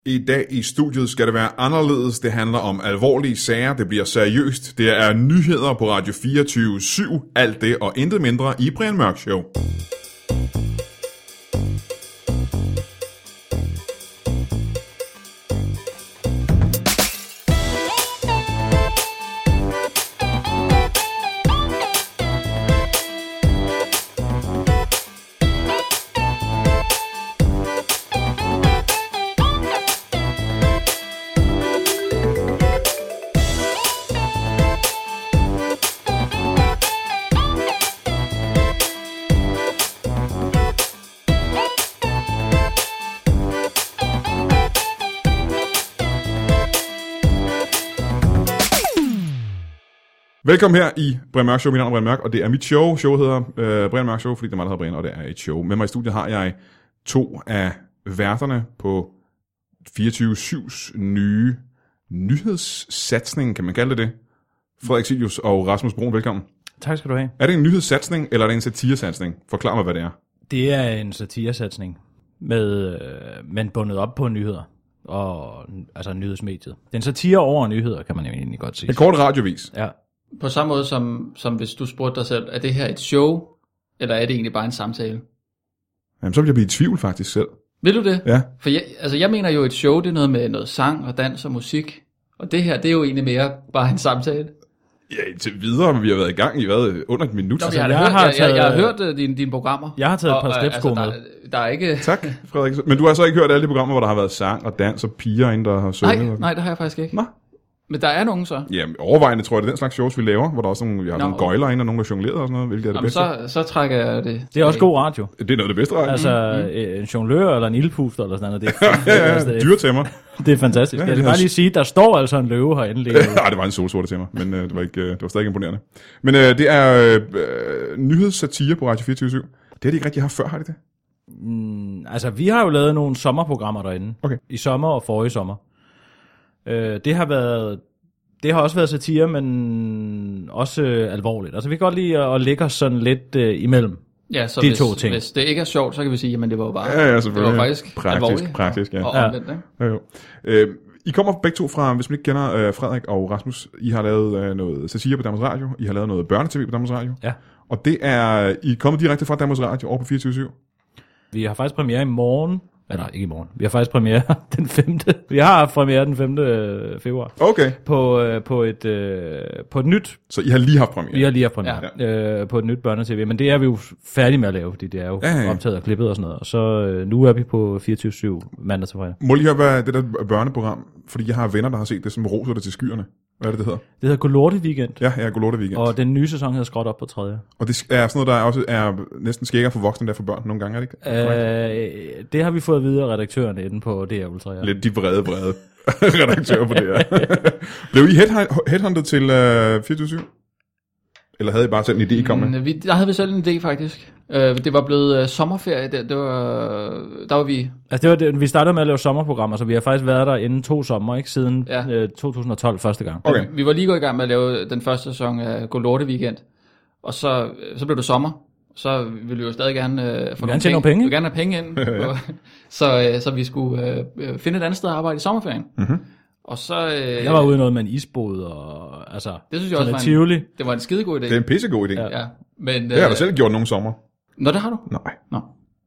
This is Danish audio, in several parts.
I dag i studiet skal det være anderledes. Det handler om alvorlige sager. Det bliver seriøst. Det er nyheder på Radio 24/7. Alt det og intet mindre i Brian Mørk Show. Velkommen her i Brian Mørk Show. Mit navn er Brian Mørk, og det er mit show. Showet hedder Brian Mørk Show, fordi det er mig, der hedder Brian, og det er et show. Med mig i studiet har jeg to af værterne på 24/7's nye nyhedssatsning, kan man kalde det. Frederik Silius og Rasmus Brun, velkommen. Tak skal du have. Er det en nyhedssatsning, eller er det en satiresatsning? Forklar mig, hvad det er. Det er en satiresatsning, men bundet op på nyheder, og altså nyhedsmediet. Det er en satire over nyheder, kan man egentlig godt sige. En kort radiovis. Ja. På samme måde som hvis du spurgte dig selv, er det her et show, eller er det egentlig bare en samtale? Jamen, så vil jeg blive i tvivl faktisk selv. Vil du det? Ja. For jeg mener jo, et show, det er noget med noget sang og dans og musik. Og det her, det er jo egentlig mere bare en samtale. Ja, indtil videre, men vi har været i gang i under et minut. Nå, jeg har hørt dine programmer. Jeg har taget et par stepsko med. Der er ikke... Tak, Frederik. Men du har så ikke hørt alle de programmer, hvor der har været sang og dans og piger inde, der har sunget? Nej, det har jeg faktisk ikke. Nå. Men der er nogen så? Jamen, overvejende tror jeg, det er den slags shows, vi laver, hvor der også vi har nogle gøjler inde, og nogen, der jonglerer og sådan noget, hvilket er det bedste. Så trækker jeg det. Det er også god radio. Det er noget af det bedste radio. Altså, en jonglør eller en ildpuster eller sådan noget. Det er dyretæmmer. Det er fantastisk. Jeg vil bare lige sige, der står altså en løve herinde lige. Nej, det var en solsorte til mig, men det var stadig imponerende. Men det er nyhedssatire på Radio 24/7. Det har de ikke rigtig haft før, har de det? Altså, vi har jo lavet nogle sommerprogrammer derinde. Okay. I sommer og forrige sommer. Det har også været satire, men også alvorligt. Altså, vi kan godt lide at lægge os sådan lidt imellem de to ting. Hvis det ikke er sjovt, så kan vi sige, jamen det var jo bare... Ja, selvfølgelig. Det var faktisk praktisk, ja. Og omvendt, ikke? Jo. I kommer begge to fra, hvis man ikke kender Frederik og Rasmus, I har lavet noget satire på Danmarks Radio, I har lavet noget børnetv på Danmarks Radio. Ja. Og det er, I er kommet direkte fra Danmarks Radio over på 24/7. Vi har faktisk premiere i morgen. Nej, ikke i morgen. Vi har faktisk premiere den 5. Vi har haft premiere den 5. februar. Okay. På et nyt... Så I har lige haft premiere? Vi har lige haft premiere på et nyt børnetv. Men det er vi jo færdige med at lave, fordi det er jo optaget og klippet og sådan noget. Og så nu er vi på 24/7 mandag til fredag. Må lige høre, hvad det der børneprogram, fordi jeg har venner, der har set det, som roser det til skyerne. Hvad er det hedder? Det hedder Golorte Weekend. Ja, Golorte Weekend. Og den nye sæson hedder Skråt op på 3. Og det er sådan noget, der også er næsten skækkere for voksne, der for børn nogle gange, er det ikke? Det har vi fået videre af redaktørerne inde på DR Ultra. Ja. Lidt de brede redaktører på DR. Blev I headhunted til 24/7? Eller havde I bare selv en idé i kommende? Der havde vi selv en idé, faktisk. Det var blevet sommerferie. Der var vi... Altså vi startede med at lave sommerprogrammer, så vi har faktisk været der inden 2 sommer, ikke? Siden 2012 første gang. Okay. Vi var lige gået i gang med at lave den første sæson af Golorte Weekend. Og så blev det sommer. Så ville vi jo stadig gerne få nogle penge. Vi ville gerne have penge ind. Så vi skulle finde et andet sted at arbejde i sommerferien. Mm-hmm. Og så... jeg var ude noget med en isbåd, og altså... Det synes jeg også det var en skidegod idé. Det er en pissegod idé. Ja. Men, det har du selv gjort nogle sommer. Nå, det har du? Nej. Nå.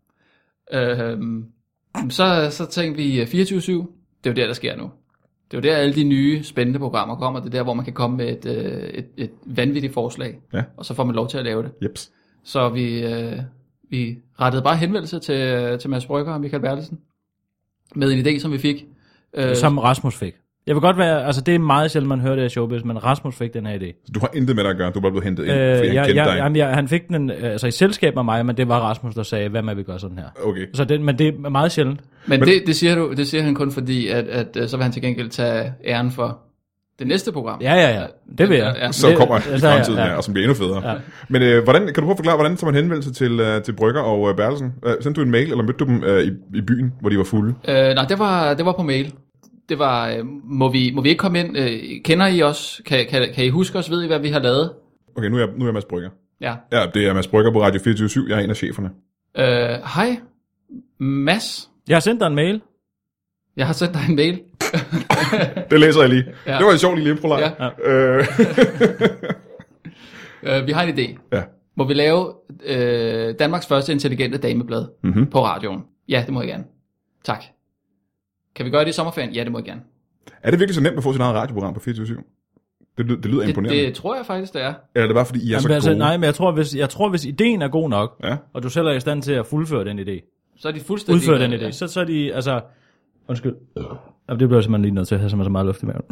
Så tænkte vi 24/7, det er jo der sker nu. Det er jo der, alle de nye spændende programmer kommer. Det er der, hvor man kan komme med et vanvittigt forslag. Ja. Og så får man lov til at lave det. Jeps. Så vi rettede bare henvendelse til Mads Brygger og Michael Bertelsen. Med en idé, som vi fik. Som Rasmus fik. Jeg vil godt være, altså det er meget sjældent, man hører det her showbiz, men Rasmus fik den her idé. Du har intet med dig at gøre, du er bare blevet hentet ind, fordi han kendte dig. Jamen, han fik den altså i selskab med mig, men det var Rasmus, der sagde, hvad med vi gør sådan her. Okay. Så men det er meget sjældent. Men det siger han kun fordi, at så vil han til gengæld tage æren for det næste program. Ja. Det vil jeg. Ja. Så kommer i fremtiden her, og som bliver endnu federe. Ja. Men kan du prøve at forklare, hvordan tager man henvendelse til Brygger og Bertelsen? Sendte du en mail, eller mødte du dem i byen, hvor de var fulde? Nej, det var på mail. Det var, må vi ikke komme ind? Kender I os? Kan I huske os? Ved I, hvad vi har lavet? Okay, nu er jeg Mads Brygger. Ja. Ja, det er Mads Brygger på Radio 24/7. Jeg er en af cheferne. Hej, Mads. Jeg har sendt dig en mail. Jeg har sendt dig en mail. Det læser jeg lige. Ja. Det var en sjov lille impro. Ja. Vi har en idé. Ja. Må vi lave Danmarks første intelligente dameblad på radioen? Ja, det må jeg gerne. Tak. Kan vi gøre det i sommerferien? Ja, det må jeg gerne. Er det virkelig så nemt at få sit eget radioprogram på 24/7? Det lyder imponerende. Det tror jeg faktisk, det er. Eller er det bare, fordi I er så gode? Nej, men jeg tror, hvis ideen er god nok, og du selv er i stand til at fuldføre den idé, så er de fuldstændig... Udføre den idé. Så er de, altså... Undskyld. Jamen, det bliver simpelthen lige nødt til at have så meget luft i maven.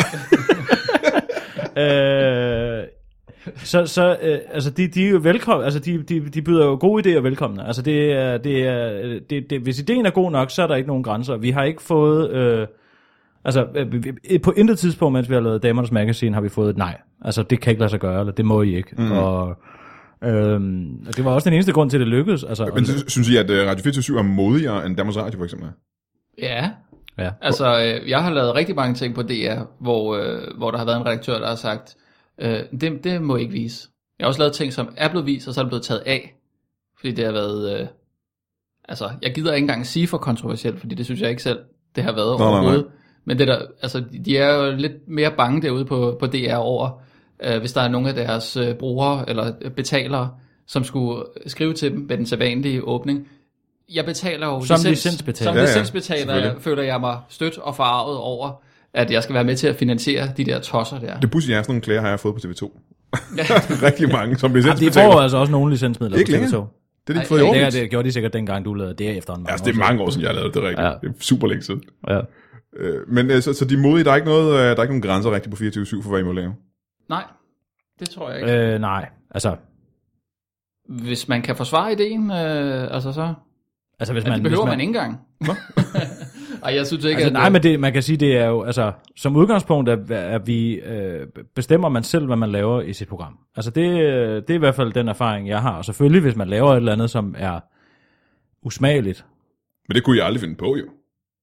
Altså de er velkommen, altså de byder jo gode idéer velkomne. Altså hvis ideen er god nok, så er der ikke nogen grænser. Vi har ikke fået på intet tidspunkt, mens vi har lavet Damernes Magazine, har vi fået et nej. Altså det kan ikke lade sig gøre, eller det må I ikke. Og det var også den eneste grund til, at det lykkedes. Altså, men synes I, at Radio 24/7 er modigere end Danmarks Radio for eksempel? Ja. Altså jeg har lavet rigtig mange ting på DR, hvor der har været en redaktør, der har sagt, det må I ikke vise. Jeg har også lavet ting, som er blevet vist, og så er det blevet taget af. Fordi det har været... jeg gider ikke engang sige for kontroversielt, fordi det synes jeg ikke selv, det har været overhovedet. Nej. Men det der, altså, de er jo lidt mere bange derude på DR over, hvis der er nogle af deres brugere eller betalere, som skulle skrive til dem med den sædvanlige åbning. Jeg betaler jo som licensbetaler. Som licensbetaler føler jeg mig stødt og forarvet over, at jeg skal være med til at finansiere de der tosser der. Det pudsige er, sådan nogle klager har jeg fået på TV2. Rigtig mange som licensbetaler. De får altså også nogle licensmidler på TV2. Det er de ikke fået i år. Det gjorde de sikkert dengang, du lavede det efter en mange år. Det er mange år siden, jeg lavede det rigtigt. Ja. Det er super længe siden. Ja. Men så de er modige, der er ikke nogen grænser rigtigt på 24/7 for, hvad I må lave? Nej, det tror jeg ikke. Nej, altså... Hvis man kan forsvare ideen, så... Altså hvis man... Det behøver man ikke engang. Ej, jeg synes ikke, altså, nej, men man kan sige, det er jo... Altså, som udgangspunkt, at vi bestemmer man selv, hvad man laver i sit program. Altså, det er i hvert fald den erfaring, jeg har. Og selvfølgelig, hvis man laver et eller andet, som er usmageligt. Men det kunne I aldrig finde på, jo.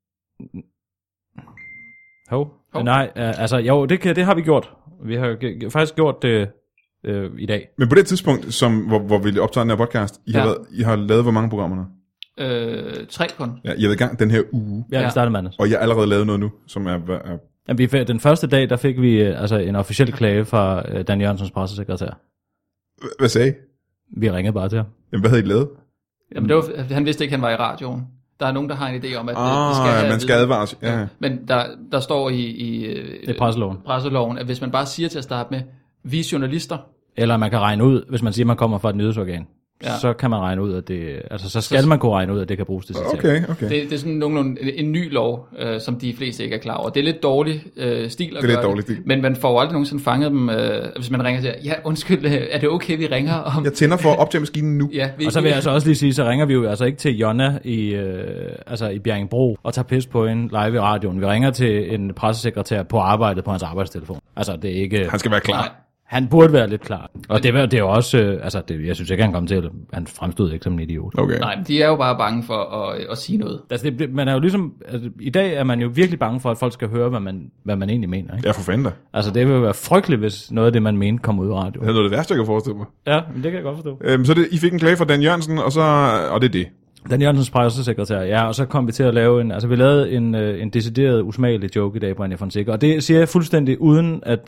Nej, altså jo, det har vi gjort. Vi har faktisk gjort det i dag. Men på det tidspunkt, hvor vi optager den her podcast, I har lavet hvor mange programmer nu? 3 kun. Ja, I har været i gang den her uge. Ja, vi startede mandag. Og jeg har allerede lavet noget nu, som er... Jamen, den første dag, der fik vi en officiel klage fra Dan Jørgensens pressesekretær. Hvad sagde I? Vi ringede bare til ham. Jamen, hvad havde I lavet? Jamen, han vidste ikke, han var i radioen. Der er nogen, der har en idé om, at man skal advares. Ja. Men der står i det er presseloven, at hvis man bare siger til at starte med, vi er journalister. Eller man kan regne ud, hvis man siger, at man kommer fra et nyhedsorgan. Ja. Så kan man regne ud, at det... Altså, så skal man kunne regne ud, at det kan bruges til citat. Okay. Det er sådan nogenlunde en ny lov, som de fleste ikke er klar over. Det er lidt dårlig stil at gøre det. Men man får jo aldrig nogensinde fanget dem, hvis man ringer og siger, ja, undskyld, er det okay, vi ringer om... Jeg tænder for at optage maskinen nu. Ja, og så vil jeg altså også lige sige, så ringer vi jo altså ikke til Jonna i Bjerringbro og tager pis på en live i radioen. Vi ringer til en pressesekretær på arbejdet på hans arbejdstelefon. Altså, det er ikke... Han skal være klar. Han burde være lidt klar. Og det er jo også... jeg synes ikke, han kom til. Han fremstod ikke som en idiot. Okay. Nej, men de er jo bare bange for at sige noget. Altså, man er jo ligesom... Altså, i dag er man jo virkelig bange for, at folk skal høre, hvad man egentlig mener. Ikke? Ja, for fanden da. Altså, det vil være frygteligt, hvis noget af det, man mente, kommer ud i radio. Det er noget af det værste, jeg kan forestille mig. Ja, men det kan jeg godt forstå. Så I fik en klage fra Dan Jørgensen, og det er det. Dan Jørgensens pressesekretær, ja, og så kom vi til at lave vi lavede en decideret usmagelig joke i dag på Anja Fonseca, og det siger jeg fuldstændig uden at...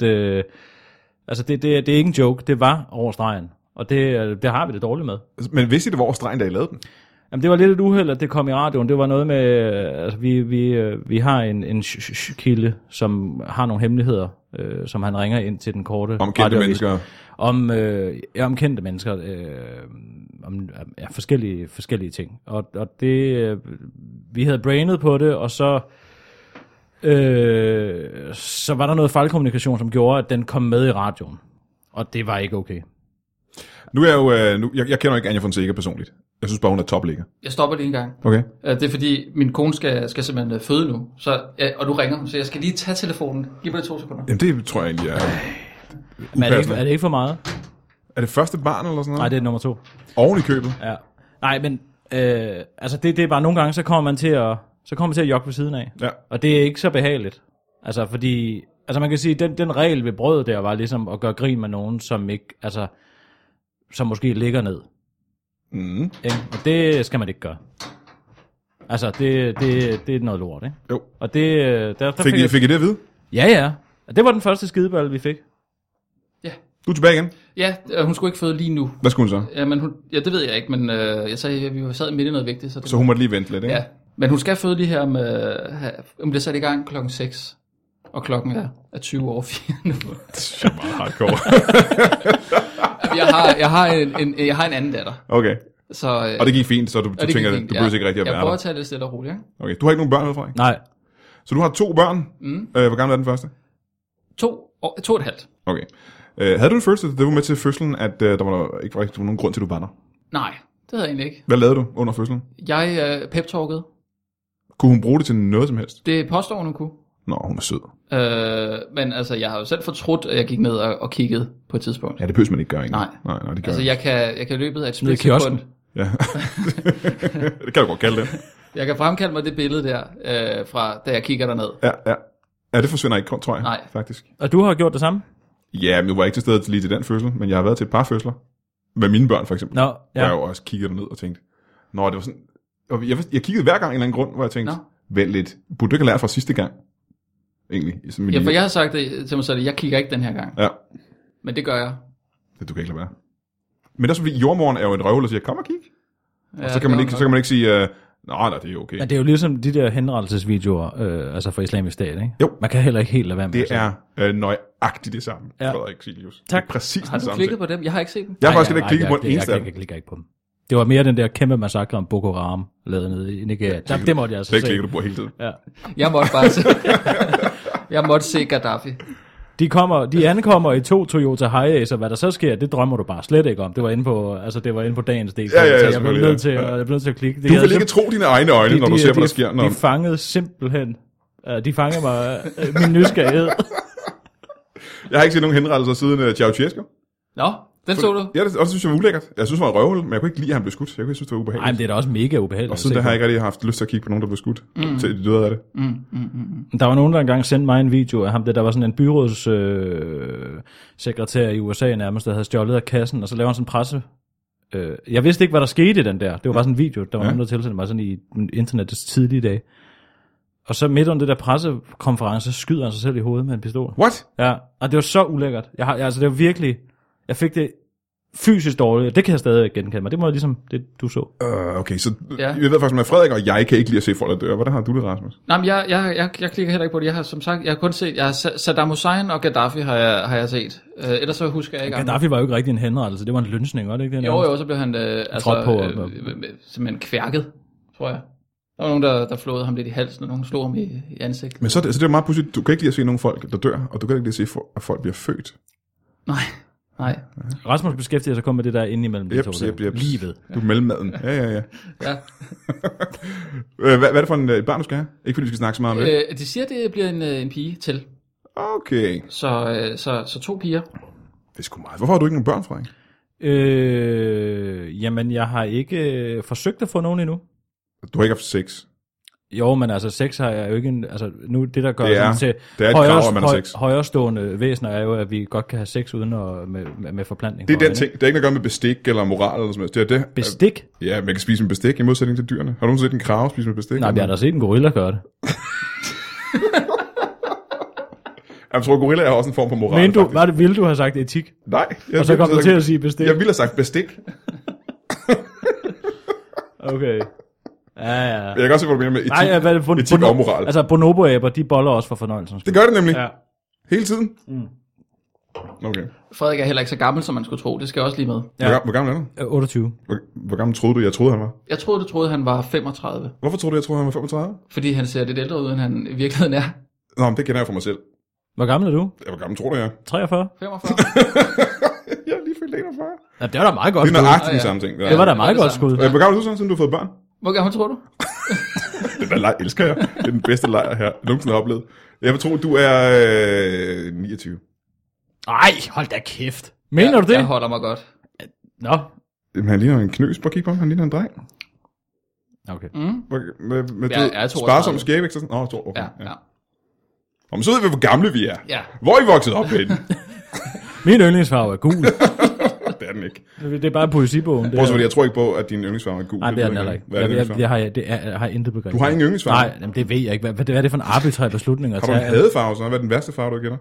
det er ikke en joke, det var over stregen, og det har vi det dårligt med. Men vidste I, det var over stregen, da I lavede den? Jamen, det var lidt et uheld, at det kom i radioen. Det var noget med, altså vi har en kilde, som har nogle hemmeligheder, som han ringer ind til den korte... Om kendte mennesker? Om kendte mennesker, om forskellige ting. Og det, vi havde brainet på det, og så var der noget fejlkommunikation, som gjorde, at den kom med i radioen. Og det var ikke okay. Nu er jeg kender ikke Anja Fonseca personligt. Jeg synes bare, hun er topligger. Jeg stopper lige en gang. Okay. Det er fordi, min kone skal simpelthen føde nu. Og du ringer, så jeg skal lige tage telefonen. Giv mig det 2 sekunder. Jamen det tror jeg egentlig er... Men er det ikke for meget? Er det første barn eller sådan noget? Nej, det er nummer 2. Oven i købet? Ja. Nej, men det er bare nogle gange, så kommer man til at jogge ved siden af. Ja. Og det er ikke så behageligt. Altså fordi... Altså man kan sige, den regel ved brødet der var ligesom at gøre grin med nogen, som ikke... Altså... Som måske ligger ned. Og det skal man ikke gøre. Altså, det er noget lort, ikke? Jo. Og det... Fik I det at vide? Ja. Det var den første skideball, vi fik. Ja. Du er tilbage igen? Ja, hun skulle ikke føde lige nu. Hvad skulle hun så? Ja, men det ved jeg ikke, men jeg sagde, at vi sad midt i noget vigtigt. Så hun måtte lige vente lidt, ikke? Ja, men hun skal føde lige her med... Hun bliver sat i gang klokken 6. Og klokken er 20 over 4 nu. Det er meget hardcore. Jeg har en anden datter. Okay. Så, og det gik fint, så du tænker, du behøver ikke rigtig at være der. Jeg prøver at tage det stille og roligt, ikke? Okay, du har ikke nogen børn med, Frederik? Nej. Så du har 2 børn? Hvor gammel er den første? 2,5. Okay. Havde du en følelse, da du var med til fødslen, at der var ikke var nogen grund til, at du var der? Nej, det havde jeg egentlig ikke. Hvad lavede du under fødslen? Jeg pep-talkede. Kunne hun bruge det til noget som helst? Det påstår hun kunne. Nå, hun er sød. Men altså, jeg har jo selv fortrudt, at jeg gik ned og kiggede på et tidspunkt. Ja, det behøver man ikke gøre, ikke? Nej, det gør altså jeg kan løbet af et splitsekund. Ja, det kan du godt kalde det. Jeg kan fremkalde mig det billede der, fra da jeg kigger derned. Ja, det forsvinder ikke, tror jeg. Nej. Faktisk. Og du har gjort det samme? Ja, men jeg var ikke til stede lige til den fødsel, men jeg har været til et par fødsler. Med mine børn, for eksempel. Nå, ja. Hvor jeg jo også kiggede derned og tænkte, nå, det var sådan... Jeg kiggede hver gang en eller anden grund, hvor jeg tænkte, vent lidt, burde du ikke have lært fra sidste gang? Egentlig. Ja, for jeg har sagt det til mig selv, jeg kigger ikke den her gang. Ja. Men det gør jeg. Det du kan ikke lade være. Men det er så fordi, jordmoren er jo et røvhul og siger, kom og kig. Ja, og så kan man ikke sige, nej, det er okay. Ja, det er jo ligesom de der henrettelsesvideoer, altså fra Islamisk Stat, ikke? Jo. Man kan heller ikke helt lade være med det. Det er nøjagtigt det samme, Frederik Silius. Tak. Præcis har du klikket på dem? Jeg har ikke set dem. Jeg har faktisk ikke klikket på den eneste af dem. Jeg klikker ikke på dem. Det var mere den der kæmpe massakre om Boko Haram, lavet nede i Nigeria. Det måtte jeg altså se. Det klikker du på hele tiden. Ja. Jeg måtte bare se. Jeg måtte se Gaddafi. De ankommer i 2 Toyota Hiace, og hvad der så sker, det drømmer du bare slet ikke om. Det var inde på dagens del. Ja, jeg blev nødt til at klikke. Du vil ikke tro dine egne øjne, når du ser, hvad der sker. De fangede simpelthen. De fangede mig min nysgerrighed. Jeg har ikke set nogen henrettelser siden Ceausescu. Nå, den så du? Ja, det synes jeg var ulækkert. Jeg synes, det var en røvhul, men jeg kunne ikke lide, at han blev skudt. Jeg kunne synes, det var ubehageligt. Nej, men det er da også mega ubehageligt. Og siden der har jeg ikke rigtig haft lyst til at kigge på nogen, der blev skudt. Til de døde af det. Der var nogen, der engang sendte mig en video af ham, der var sådan en byrådssekretær i USA nærmest, der havde stjålet af kassen, og så lavede han sådan en presse. Jeg vidste ikke, hvad der skete i den der. Det var bare sådan en video, der var nogen, der tilsendte mig sådan i internettets tidlige dage. Og så midt under det der pressekonference, skyder han sig selv i hovedet med en pistol. What? Ja, og det var så ulækkert. Altså det var virkelig... Jeg fik det fysisk dårligt. Det kan jeg stadig genkende mig. Det må ligesom det, du så. Okay, så jeg ved faktisk, at Frederik og jeg kan ikke lide at se folk, der dør. Hvordan har du det, Rasmus? Nej, men jeg klikker heller ikke på det. Jeg har som sagt, jeg har kun set, Saddam Hussein og Gaddafi har jeg set. Ellers så husker jeg ikke. Gaddafi var jo ikke rigtig en henrettelse. Det var en lynsning, var det ikke det? Jo, så blev han simpelthen kværket, tror jeg. Der var nogen, der flåede ham lidt i halsen, og nogen slog ham i ansigtet. Men så det er meget pudsigt. Du kan ikke lide at se nogen folk, der dør, og du kan ikke lide at se, at folk bliver født. Nej. Rasmus beskæftiger sig kun med det der inde imellem de to. Livet. Du er mellemmaden. Ja. Hvad er det for et barn, du skal have? Ikke fordi vi skal snakke så meget om det. De siger, det bliver en pige til. Okay. Så 2 piger. Det er sgu meget. Hvorfor har du ikke nogen børn, Frederik? Jamen, jeg har ikke forsøgt at få nogen endnu. Du har ikke haft sex? Jo, men altså sex har jeg jo ikke... Altså nu det der gør det til højrestående væsener er jo, at vi godt kan have sex uden med forplantning. Det er den ting. Det er ikke noget at gøre med bestik eller moral eller sådan noget. Det er det. Bestik? Ja, man kan spise med bestik i modsætning til dyrene. Har du nogensinde set en krave spise med bestik? Nej, jeg har da set en gorilla gøre det. Jeg tror, gorilla er også en form for moral. Ville du have sagt etik? Nej. Og så kom du til at sige bestik? Jeg ville have sagt bestik. Okay. Ja. Jeg kan også se, hvad du mener med etik, etik og moral. Altså, bonobo-aber, de boller også for fornøjelsen. Det gør det nemlig. Ja. Hele tiden. Okay. Frederik er heller ikke så gammel, som man skulle tro. Det skal også lige med. Ja. Hvor gammel er du? 28. Hvor gammel troede du, jeg troede, han var? Jeg troede, han var 35. Hvorfor troede du, jeg troede, han var 35? Fordi han ser lidt ældre ud, end han i virkeligheden er. Nå, men det kender jeg for mig selv. Hvor gammel er du? Hvor gammel tror du, jeg er? 43. 45. Jeg er lige fyldt 41. Ja, det var da meget godt skud. Det er nøjagtigt den samme ting. Det var da meget godt skud. Hvor gammel er du så, siden du har fået børn? Hvor gammel tror du? Den der leg elsker jeg. Det er den bedste lejr her, jeg nogensinde har oplevet. Jeg vil tro, du er 29. Ej, hold da kæft. Mener du det? Jeg holder mig godt. Nå. Jamen, han ligner en knøs. Prøv at kigge på ham. Han ligner en dreng. Okay. Med sparsom skæg, ikke? Åh, okay. Ja. Og så ved vi, hvor gamle vi er. Ja. Hvor er I vokset op henne? Min yndlingsfarve er gul. Det er den ikke. Det er bare poesibogen. Fordi jeg tror ikke på, at din yndlingsfarve er gul. Nej, det er den heller ikke. Jeg har intet begreb. Du har ingen yndlingsfarve? Nej, jamen, det ved jeg ikke. Hvad er det for en arbitrær beslutning at tage? Har du en hadefarve, så? Hvad er den værste farve, du gætter?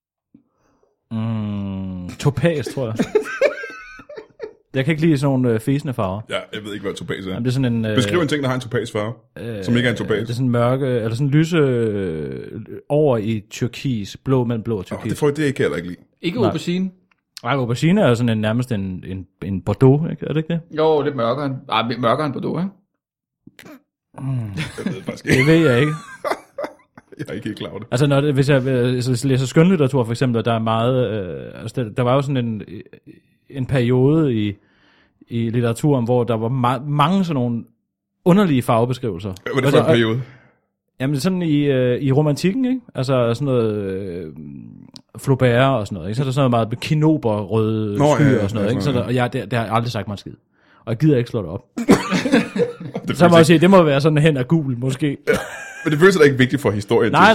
Topaz, tror jeg. Jeg kan ikke lide sådan nogle fæsende farver. Ja, jeg ved ikke, hvad topaz er. Jamen, det er sådan en, beskriv en ting, der har en topazfarve, som ikke er en topaz. Det er sådan mørke, eller sådan lyse over i turkis, blå mellem blå og turkis. Det kan jeg heller ikke lide. Ikke aubergine? Nej, aubergine er sådan nærmest en Bordeaux, ikke? Er det ikke det? Jo, lidt mørkere. Mørkere end Bordeaux, ikke? Jeg ved faktisk ikke. Det ved jeg ikke. Jeg er ikke helt klar over det. Altså, hvis jeg læser skønlitteratur for eksempel, der er meget... der var jo sådan en periode i litteraturen, hvor der var mange sådan nogle underlige farvebeskrivelser. Hvad er det for en periode? Jamen sådan i romantikken, ikke? Altså sådan noget Flaubert og sådan noget, ikke? Så er der sådan noget meget med kinoberrøde skyer og sådan noget, ikke? Så det har jeg aldrig sagt mig en skid. Og jeg gider ikke slå det op. Så må jeg sige, det må være sådan hen af gul, måske. Ja, men det føles da ikke vigtigt for historien. Nej.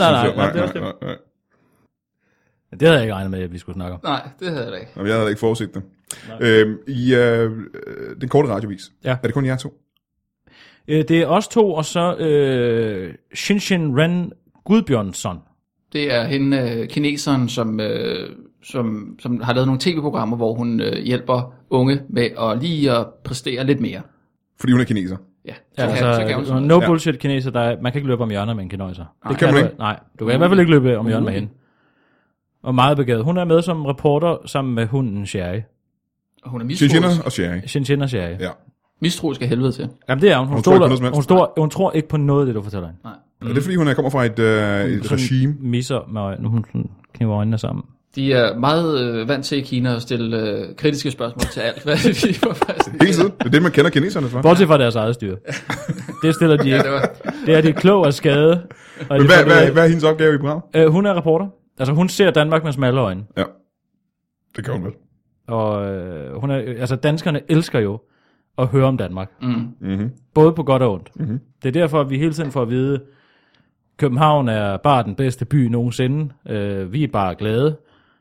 Det havde jeg ikke regnet med, at vi skulle snakke om. Nej, det havde jeg da ikke. Jeg havde ikke forudset det. I den korte radiovis, er det kun jer to? Det er os to, og så Shinshin Ren Gudbjørnsson. Det er hende, kineseren, som har lavet nogle tv-programmer, hvor hun hjælper unge med at præstere lidt mere. Fordi hun er kineser? Ja, så no bullshit kineser, man kan ikke løbe om hjørner med en kinøjser. Det kan man ikke? Nej, du kan i hvert fald ikke løbe om hjørner med hende. Og meget begavet. Hun er med som reporter sammen med hunden Sherry. Og hun er mistroisk. Shinshin og Sherry. Ja. Mistroisk af helvede til. Jamen det er hun. Hun tror ikke på noget af det, du fortæller hende. Nej. Er det fordi, hun kommer fra et regime? Misser med nu hun kniver øjnene sammen. De er meget vant til i Kina at stille kritiske spørgsmål til alt, hvad de får fast. Hele tiden. Det er det, man kender kineserne for. Bortset fra deres eget styre. Det stiller de ikke. Det er de klog og skade. Men hvad er hendes opgave i programmet? Hun er reporter. Altså hun ser Danmark med smalle øjne. Ja, det kan hun vel. Og danskerne elsker jo at høre om Danmark. Mm-hmm. Både på godt og ondt. Mm-hmm. Det er derfor, at vi hele tiden får at vide, København er bare den bedste by nogensinde. Vi er bare glade.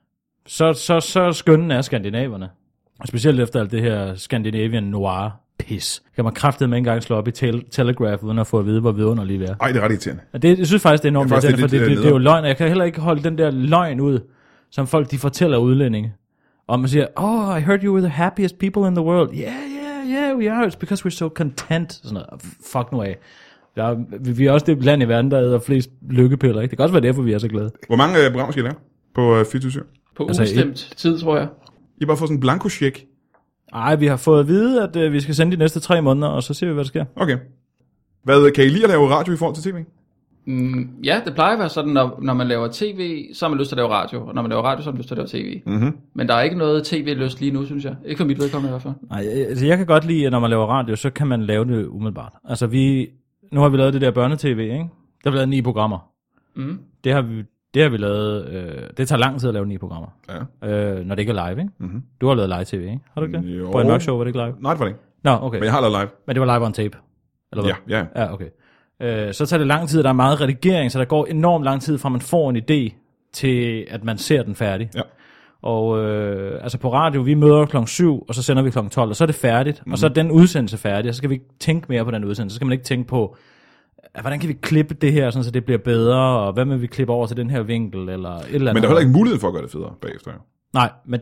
Så skønne er skandinaverne. Specielt efter alt det her Scandinavian noir pis. Kan man kraftedeme ikke engang slå op i Telegraph, uden at få at vide, hvor vidunderligt vi er. Ej, det er ret irriterende. Jeg synes faktisk, det er enormt irriterende, for det er jo løgn. Jeg kan heller ikke holde den der løgn ud, som folk de fortæller udlændinge. Og man siger, I heard you were the happiest people in the world. Yeah, we are. It's because we're so content. Sådan noget. Fuck nu af. Vi er også det land i verden, der æder flest lykkepiller, ikke? Det kan også være derfor, vi er så glade. Hvor mange programmer skal I lave på 24/7? På ubestemt tid, tror jeg. I bare får sådan en blanko-check? Nej, vi har fået at vide, at vi skal sende de næste 3 måneder, og så ser vi, hvad der sker. Okay. Hvad kan I lide at lave radio i forhold til tv? Ja, det plejer at være sådan, når man laver tv, så har man lyst til at lave radio. Og når man laver radio, så har man lyst til at lave tv. Mm-hmm. Men der er ikke noget tv-lyst lige nu, synes jeg. Ikke for mit vedkommende i hvert fald. Nej, altså jeg kan godt lide, at når man laver radio, så kan man lave det umiddelbart. Altså nu har vi lavet det der børnetv, ikke? Der har vi lavet 9 programmer. Mm. Det har vi lavet, det tager lang tid at lave 9 programmer. Ja. når det ikke er live, ikke? Mm-hmm. Du har lavet live tv, ikke? Har du ikke det? Jo. På en mørk show var det ikke live? Nej, det var det ikke. Nå, okay. Men jeg har lavet live. Men det var live on tape? Eller hvad? Ja. Ja, okay. Så tager det lang tid, der er meget redigering, så der går enormt lang tid fra man får en idé, til at man ser den færdig. Ja. Og altså på radio, vi møder kl. 7, og så sender vi kl. 12, og så er det færdigt. Mm-hmm. Og så er den udsendelse færdig, og så skal vi ikke tænke mere på den udsendelse. Så skal man ikke tænke på, hvordan kan vi klippe det her, sådan, så det bliver bedre, og hvad med vi klippe over til den her vinkel, eller et eller andet. Men der er heller ikke mulighed for at gøre det federe bagefter. Nej, men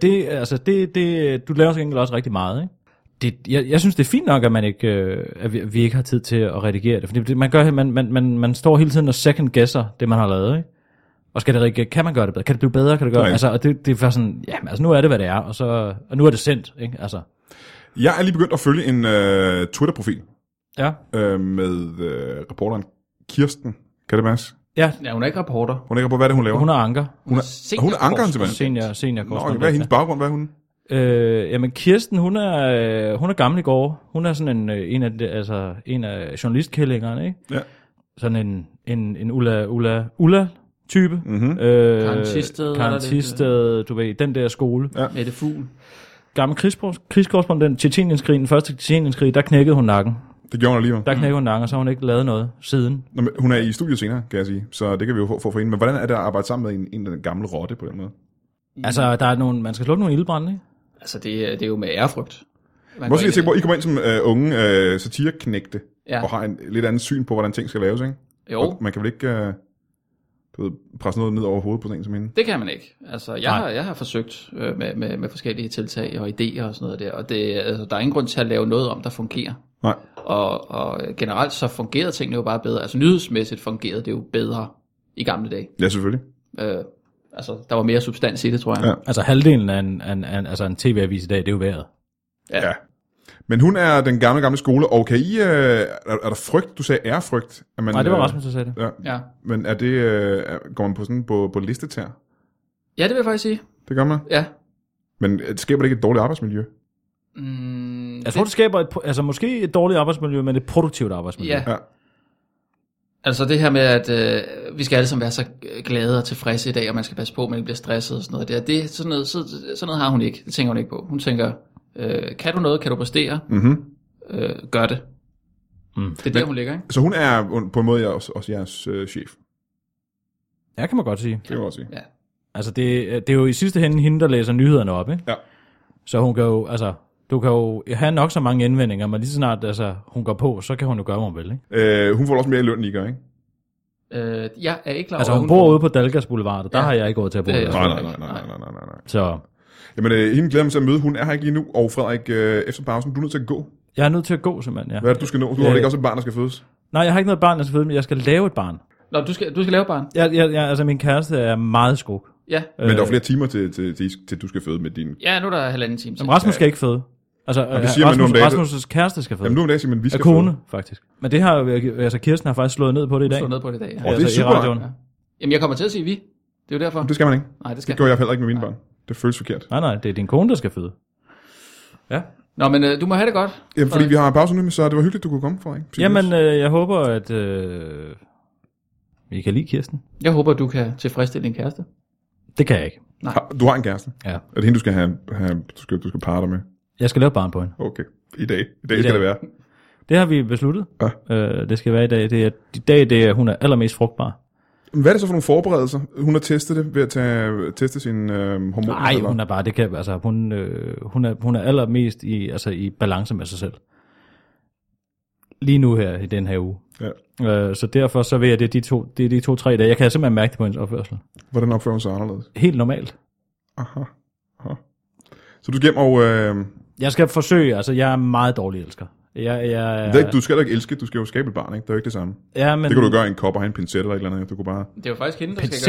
du laver så egentlig også rigtig meget, ikke? Jeg synes, det er fint nok, at man ikke, at vi ikke har tid til at redigere det, fordi man står hele tiden og second guesser det, man har lavet, ikke? Og kan man gøre det bedre? Kan det blive bedre? Kan det gøre? Nej. Altså, og det er sådan, altså nu er det, hvad det er, og nu er det sendt, ikke? Altså. Jeg er lige begyndt at følge en Twitter-profil. Ja. Med reporteren Kirsten. Kan det passe? Ja, hun er ikke reporter. Hun er ikke på, hvad det hun laver? Hun er anker. Hun er ankeren simpelthen? Senior Nå, hvad er hendes baggrund? Hvad er hun? Jamen Kirsten, hun er gammel i går. Hun er sådan en af journalistkællingerne, ikke? Ja. Sådan en Ulla type. Mm-hmm. Karen Thisted, du ved, den der skole. Ja. Mette Fugl. Gammel krigskorrespondent, Tjetjenienskrig, den første Tjetjenienskrig, der knækkede hun nakken. Det gjorde hun alligevel. Der knækkede hun nakken, og så har hun ikke lavet noget siden. Nå, men hun er i studiet senere, kan jeg sige, så det kan vi jo få for hende. Men hvordan er det at arbejde sammen med en af den gamle rotte på den måde? Altså, der er man skal slukke nogle ildbrænde, ikke? Altså, det er jo med ærefrygt. Måske jeg tænker på, I kommer ind som unge satireknægte, og har en lidt anden syn på, hvordan ting skal laves, ikke? Jo. Og man kan vel ikke presse noget ned over hovedet på sådan en som hende? Det kan man ikke. Altså, jeg har forsøgt med forskellige tiltag og idéer og sådan noget der, og der er ingen grund til at lave noget om, der fungerer. Nej. Og generelt så fungerede tingene jo bare bedre. Altså nyhedsmæssigt fungerede det jo bedre i gamle dage. Ja, selvfølgelig. Altså, der var mere substans i det, tror jeg. Ja. Altså halvdelen af en tv-avis i dag, det er jo vejret. Ja. Men hun er den gamle skole, og kan I, er der frygt? Du sagde ærefrygt. Nej, det var Rasmus, der sagde det. Ja. Men er det, går man på sådan på listetær? Ja, det vil jeg faktisk sige. Det gør man? Ja. Men skaber det ikke et dårligt arbejdsmiljø? Jeg tror, det skaber måske et dårligt arbejdsmiljø, men et produktivt arbejdsmiljø. Ja. Altså det her med, at vi skal alle sammen være så glade og tilfredse i dag, og man skal passe på, at man ikke bliver stresset og sådan noget. Det sådan noget har hun ikke. Det tænker hun ikke på. Hun tænker, kan du noget, kan du præstere, gør det. Det er der, hun ligger, ikke? Så hun er på en måde også jeres chef? Ja, kan man godt sige. Det kan man godt sige. Ja. Altså det er jo i sidste ende hende, der læser nyhederne op, ikke? Ja. Så hun kan jo, du kan jo have nok så mange indvendinger, men lige så snart hun går på, så kan hun jo gøre, hvad hun vil, ikke? Hun får også mere i løn, end I gør, ikke? Jeg er ikke klar over, altså hun bor ude på Dalgas Boulevard, og der har jeg ikke råd til at bo der. Nej. Så. Jamen, hende glæder mig til at møde. Hun er her ikke lige nu, og Frederik, efter pausen, du er nødt til at gå. Jeg er nødt til at gå, simpelthen, ja. Hvad er det, du skal nå? Du har ikke også et barn, der skal fødes? Nej, jeg har ikke noget barn, der skal fødes, men jeg skal lave et barn. Nå, du skal lave et barn? Ja, altså min kæreste er meget skruk. Ja. Men der er flere timer til du skal føde med din... Ja, nu er der 1,5 time. Men Rasmus skal ikke føde. Altså, Rasmus' kæreste skal føde. Jamen nu om dagen siger man, vi skal kone, føde. Faktisk. Men det har altså Kirsten har faktisk slået ned på det i dag. Slået ned på det i dag, ja. Det er super. Ja. Jamen jeg kommer til at sige vi. Det er jo derfor. Det skal man ikke. Nej, det skal. Det gør jeg heller ikke med mine børn. Det føles forkert. Nej, det er din kone, der skal føde. Ja. Nå, men du må have det godt. Jamen, fordi vi har pause nu, så det var hyggeligt, du kunne komme, Frederik. Jamen, jeg håber, at I kan lide Kirsten. Jeg håber, du kan tilfredsstille din kæreste. Det kan jeg ikke. Nej. Du har en kæreste? Ja. Er det hende, du skal du skal parre dig med? Jeg skal lave barn på hende. Okay. I dag skal det være. Det har vi besluttet. Ja. Det skal være i dag. Det er hun er allermest frugtbar. Hvad er det så for nogle forberedelser? Hun har testet det ved at teste sine hormoner? Nej, hun er bare, det kan, altså, hun er allermest i balance med sig selv. Lige nu her, i den her uge. Ja. Så derfor så vil jeg, det er de 2-3 dage. Jeg kan simpelthen mærke det på hendes opførsel. Hvordan opfører hun sig anderledes? Helt normalt. Aha. Så du skal hjem og... Jeg skal forsøge, altså jeg er meget dårlig elsker. Du skal da ikke elske, du skal jo skabe et barn, ikke? Det er jo ikke det samme. Ja, men... Det kan du gøre i en kop og have en pincet eller et eller andet. Du kunne bare... Det er jo faktisk hende, der pincet? Skal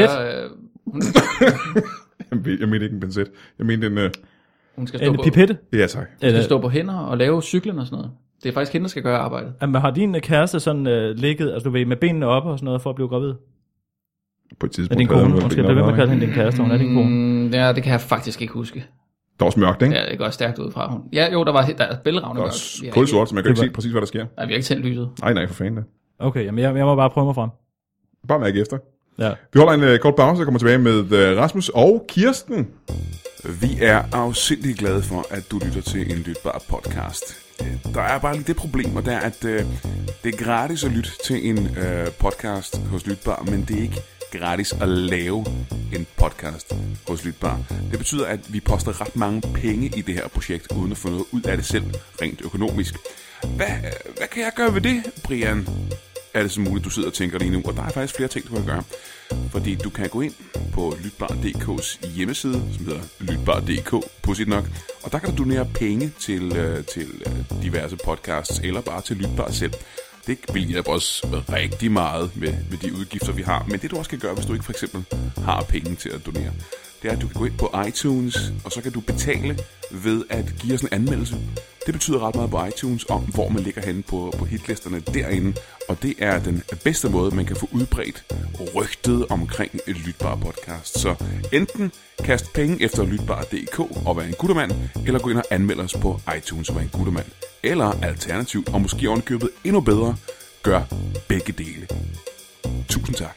gøre... jeg mener ikke en pincet. Jeg mener en... Hun skal stå en pipette? Ja, tak. Hun skal stå på hænder og lave cyklen og sådan noget. Det er faktisk hende, der skal gøre arbejdet. Jamen, har din kæreste sådan ligget, altså du ved, med benene oppe og sådan noget, for at blive gravid? På et tidspunkt. Er din kone? Måske blive ved med at kalde hende din kæreste, hun er din kone. Ja, det kan jeg faktisk ikke huske. Der er også mørkt, ikke? Ja, det går stærkt ud fra hun. Ja, jo, der er bælragende mørkt. Der er kulsort, så man kan ikke se præcis, hvad der sker. Nej, vi har ikke tændt lyset. Nej, for fanden da. Okay, jamen jeg må bare prøve mig frem. Bare mærke efter. Ja. Vi holder en kort pause og kommer tilbage med Rasmus og Kirsten. Vi er afsindig glade for, at du lytter til en lytbar podcast. Der er bare lige det problem, og det er, at det er gratis at lytte til en podcast hos Lytbar, men det er ikke gratis at lave en podcast hos Lytbar. Det betyder, at vi poster ret mange penge i det her projekt, uden at få noget ud af det selv, rent økonomisk. Hvad kan jeg gøre ved det, Brian? Er det så muligt, du sidder og tænker lige nu? Og der er faktisk flere ting, du kan gøre. Fordi du kan gå ind på Lytbar.dk's hjemmeside, som hedder Lytbar.dk, pudsigt nok. Og der kan du donere penge til diverse podcasts, eller bare til Lytbar selv. Det vil hjælpe os rigtig meget med de udgifter, vi har. Men det du også kan gøre, hvis du ikke for eksempel har penge til at donere, det er, at du kan gå ind på iTunes, og så kan du betale ved at give os en anmeldelse. Det betyder ret meget på iTunes om, hvor man ligger henne på hitlisterne derinde. Og det er den bedste måde, man kan få udbredt rygtet omkring et Lytbar podcast. Så enten kast penge efter Lytbar.dk og vær en guttermand, eller gå ind og anmelde os på iTunes og vær en guttermand. Eller alternativt, og måske ovenkøbet endnu bedre, gør begge dele. Tusind tak.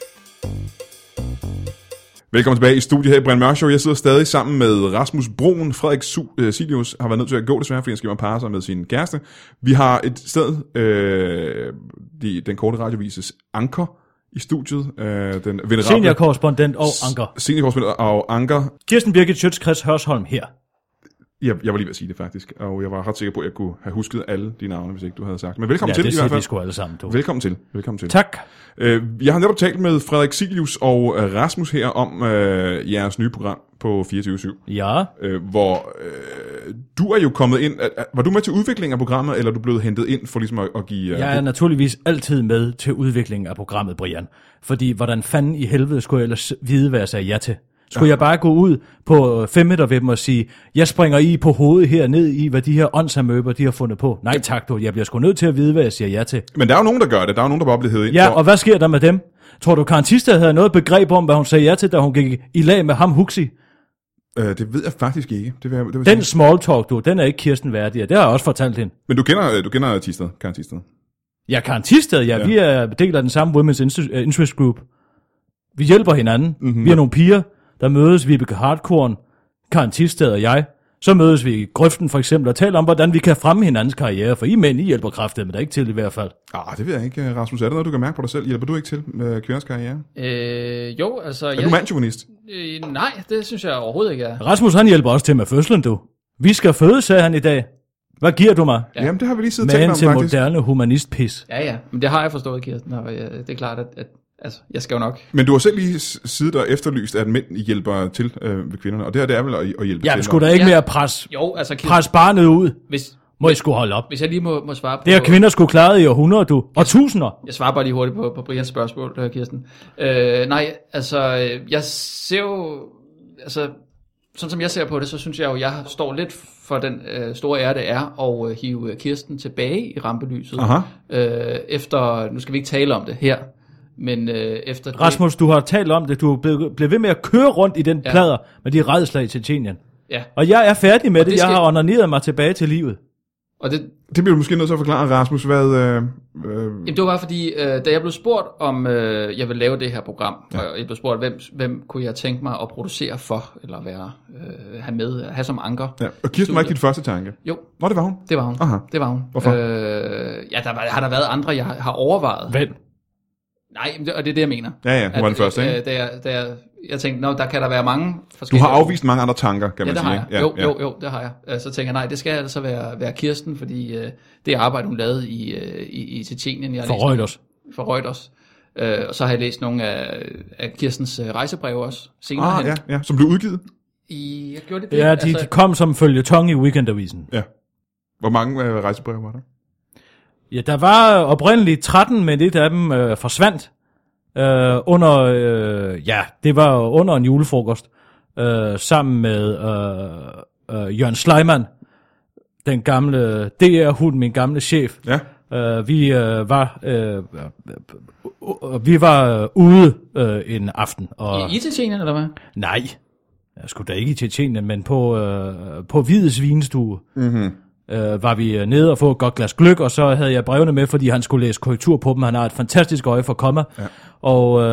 Velkommen tilbage i studiet her i Brian Mørk Show. Jeg sidder stadig sammen med Rasmus Broen. Frederik Silius har været nødt til at gå desværre, fordi han skal være parre sig med sin kæreste. Vi har et sted, den korte radiovises Anker i studiet. Den seniorkorrespondent og Anker. Seniorkorrespondent og Anker. Kirsten Birgit Schøtz-Krets Hørsholm her. Jeg var lige ved at sige det faktisk, og jeg var ret sikker på, at jeg kunne have husket alle de navne, hvis ikke du havde sagt. Men velkommen til i hvert fald. Ja, det sgu alle sammen, du. Velkommen til. Tak. Jeg har netop talt med Frederik Silius og Rasmus her om jeres nye program på 24/7. Ja. Hvor du er jo kommet ind. Var du med til udviklingen af programmet, eller er du blevet hentet ind for ligesom at give... Jeg er naturligvis altid med til udviklingen af programmet, Brian. Fordi hvordan fanden i helvede skulle jeg ellers vide, hvad jeg sagde ja til? Skulle jeg bare gå ud på 5 meter ved dem og sige, jeg springer i på hovedet her ned i, hvad de her åndsamøber, de har fundet på? Nej tak, du. Jeg bliver sgu nødt til at vide, hvad jeg siger ja til. Men der er jo nogen, der gør det. Der er jo nogen, der bare bliver hævet ind. Ja, og hvad sker der med dem? Tror du, Karen Thisted havde noget begreb om, hvad hun sagde ja til, da hun gik i lag med ham Huxi? Det ved jeg faktisk ikke. Den small talk, du, den er ikke Kirsten værdig, det har jeg også fortalt hende. Men du kender Thisted, Karen Thisted? Ja, Karen Thisted, ja. Vi er del af den samme Women's Interest Group. Vi hjælper hinanden. Mm-hmm. Vi er nogle piger, der mødes, Vibeke Hardkorn, Karen Thisted og jeg. Så mødes vi i grøften for eksempel og taler om, hvordan vi kan fremme hinandens karriere. For I mænd, I hjælper kraftigt, men der er ikke til i hvert fald. Det ved jeg ikke, Rasmus. Er det noget, du kan mærke på dig selv? Hjælper du ikke til med kvinders karriere? Jo, altså... Er du mandsjuvenist? Nej, det synes jeg overhovedet ikke er. Rasmus, han hjælper også til med fødslen, du. Vi skal føde, sagde han i dag. Hvad giver du mig? Ja. Jamen, det har vi lige siddet og talt om, faktisk. Men til moderne humanistpis. Ja, men det har jeg forstået, Kirsten. Og det er klart, at altså, jeg skal jo nok. Men du har selv lige siddet og efterlyst, at mænd hjælper til ved kvinderne, og det her, det er vel at hjælpe til. Ja, skulle der ikke mere pres? Jo, altså... Pres barnet ud. Må I sgu holde op. Hvis jeg lige må svare på... Det har kvinder skulle klare i århundreder, du. Og tusinder. Jeg svarer bare lige hurtigt på Brians spørgsmål, Kirsten. Nej, altså, jeg ser jo... Altså, sådan som jeg ser på det, så synes jeg jo, jeg står lidt for den store ære, det er at hive Kirsten tilbage i rampelyset. Efter... Nu skal vi ikke tale om det her. Men efter Rasmus, du har talt om det. Du blev ved med at køre rundt i den plader med de rædsler i Tjetjenien. Ja. Og jeg er færdig med det. Jeg har onaneret mig tilbage til livet. Og det bliver du måske nødt til at forklare, Rasmus, hvad... Jamen, det var bare fordi, da jeg blev spurgt, om jeg ville lave det her program, og jeg blev spurgt, hvem kunne jeg tænke mig at producere for, eller have med, have som anker. Ja. Og Kirsten var ikke dit første tanke? Jo. Nå, det var hun? Det var hun. Aha. Det var hun. Hvorfor? Har der været andre, jeg har overvejet. Hvem? Nej, og det er det, jeg mener. Ja, hun var den første, ikke? Jeg tænkte, der kan der være mange forskellige... Du har afvist mange andre tanker, kan man sige. Det har jeg. Jo, det har jeg. Så tænker jeg, nej, det skal altså være Kirsten, fordi det arbejde, hun lavede i Tjetjenien... For Reuters. Og så har jeg læst nogle af Kirstens rejsebreve også. Senere ja, som blev udgivet? Jeg gjorde det. Ja, de kom som føljeton i Weekendavisen. Ja. Hvor mange rejsebreve var der? Ja, der var oprindeligt 13, men et af dem forsvandt det var under en julefrokost sammen med Jørgen Sleiman, den gamle DR-hund, min gamle chef. Ja. Vi var ude en aften. I Tjetjenien, eller hvad? Nej, jeg skulle da ikke i Tjetjenien, men på Hvides vinstue. Mhm. Var vi nede og få et godt glas gløgg, og så havde jeg brevene med, fordi han skulle læse korrektur på dem. Han har et fantastisk øje for komma. Ja. Og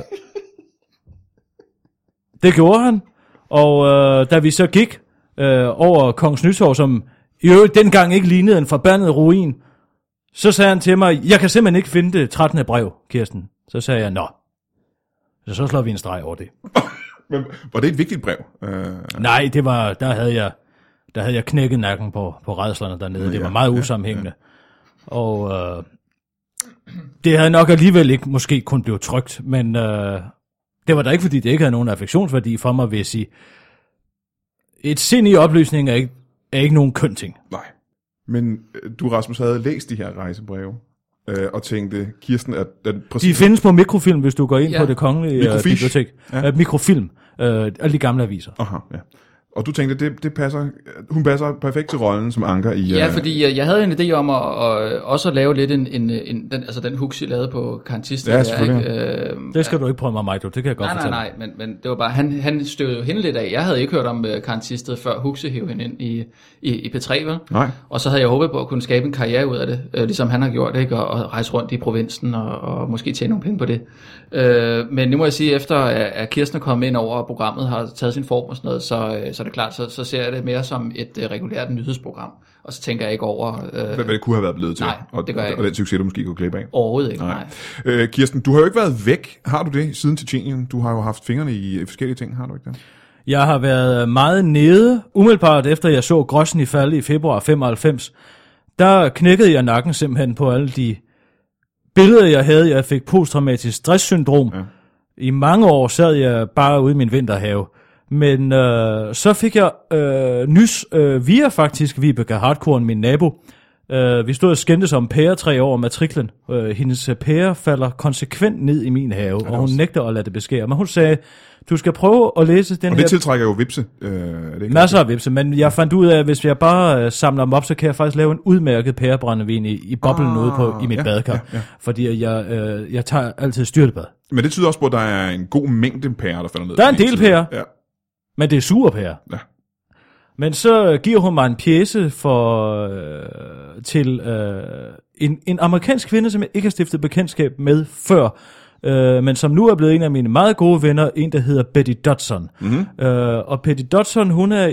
det gjorde han. Og da vi så gik over Kongens Nytorv, som i øvrigt dengang ikke lignede en forbandet ruin, så sagde han til mig, jeg kan simpelthen ikke finde det 13. brev, Kirsten. Så sagde jeg, nå. Så slår vi en streg over det. Men var det et vigtigt brev? Nej, det var, der havde jeg knækket nakken på rædslerne dernede. Det var meget usammenhængende. Ja. Og det havde nok alligevel ikke måske kun blevet trykt, men det var da ikke, fordi det ikke havde nogen affektionsværdi for mig, vil jeg sige. Et sind i oplysning er ikke nogen køn ting. Nej. Men du, Rasmus, havde læst de her rejsebreve og tænkte, Kirsten, at den præcis... De findes på mikrofilm, hvis du går ind på det kongelige bibliotek. Ja. Mikrofilm. Alle de gamle aviser. Aha, ja. Og du tænkte, det passer, hun passer perfekt til rollen som anker i... Ja, fordi jeg havde en idé om at også lave lidt den Huxi lavede på Karen Thisted. Ja, selvfølgelig. Det skal du ikke prøve mig, du. Det kan jeg godt fortælle. Nej, men det var bare, han støvede hende lidt af. Jeg havde ikke hørt om Karen Thisted, før Huxi hævde hende ind i P3, vel? Nej. Og så havde jeg håbet på at kunne skabe en karriere ud af det, ligesom han har gjort, ikke? Og rejse rundt i provinsen og måske tjene nogle penge på det. Men nu må jeg sige, efter at Kirsten er kommet ind over, og programmet har taget sin form og sådan noget, så er det klart, så ser jeg det mere som et regulært nyhedsprogram. Og så tænker jeg ikke over... hvad det kunne have været blevet til. Nej, det gør jeg ikke. Og den succes, du måske kunne klippe af. Overhovedet ikke, nej. Kirsten, du har jo ikke været væk. Har du det siden Tjetjenien? Du har jo haft fingrene i forskellige ting, har du ikke det? Jeg har været meget nede, umiddelbart efter jeg så Grøssen i falde i februar 95. Der knækkede jeg nakken simpelthen på alle de billeder, jeg havde. Jeg fik posttraumatisk stresssyndrom. Ja. I mange år sad jeg bare ude i min vinterhave. Men så fik jeg nys via faktisk Vibeke Hardcore, min nabo. Vi stod og skændtes om pæretræ over matriklen. Hendes pære falder konsekvent ned i min have, og hun nægter at lade det beskære. Men hun sagde, du skal prøve at læse den her... Og det tiltrækker jo vipse. Masser af vipse, men jeg fandt ud af, at hvis jeg bare samler dem op, så kan jeg faktisk lave en udmærket pærebrændevin i boblen ude i mit badekar. Ja. Fordi jeg tager altid styrtebad. Men det tyder også på, at der er en god mængde pærer, der falder ned. Der er en del pærer, men det er sure pærer. Ja. Men så giver hun mig en pjece til en amerikansk kvinde, som jeg ikke har stiftet bekendtskab med før, men som nu er blevet en af mine meget gode venner, en der hedder Betty Dodson. Mm-hmm. Og Betty Dodson, hun er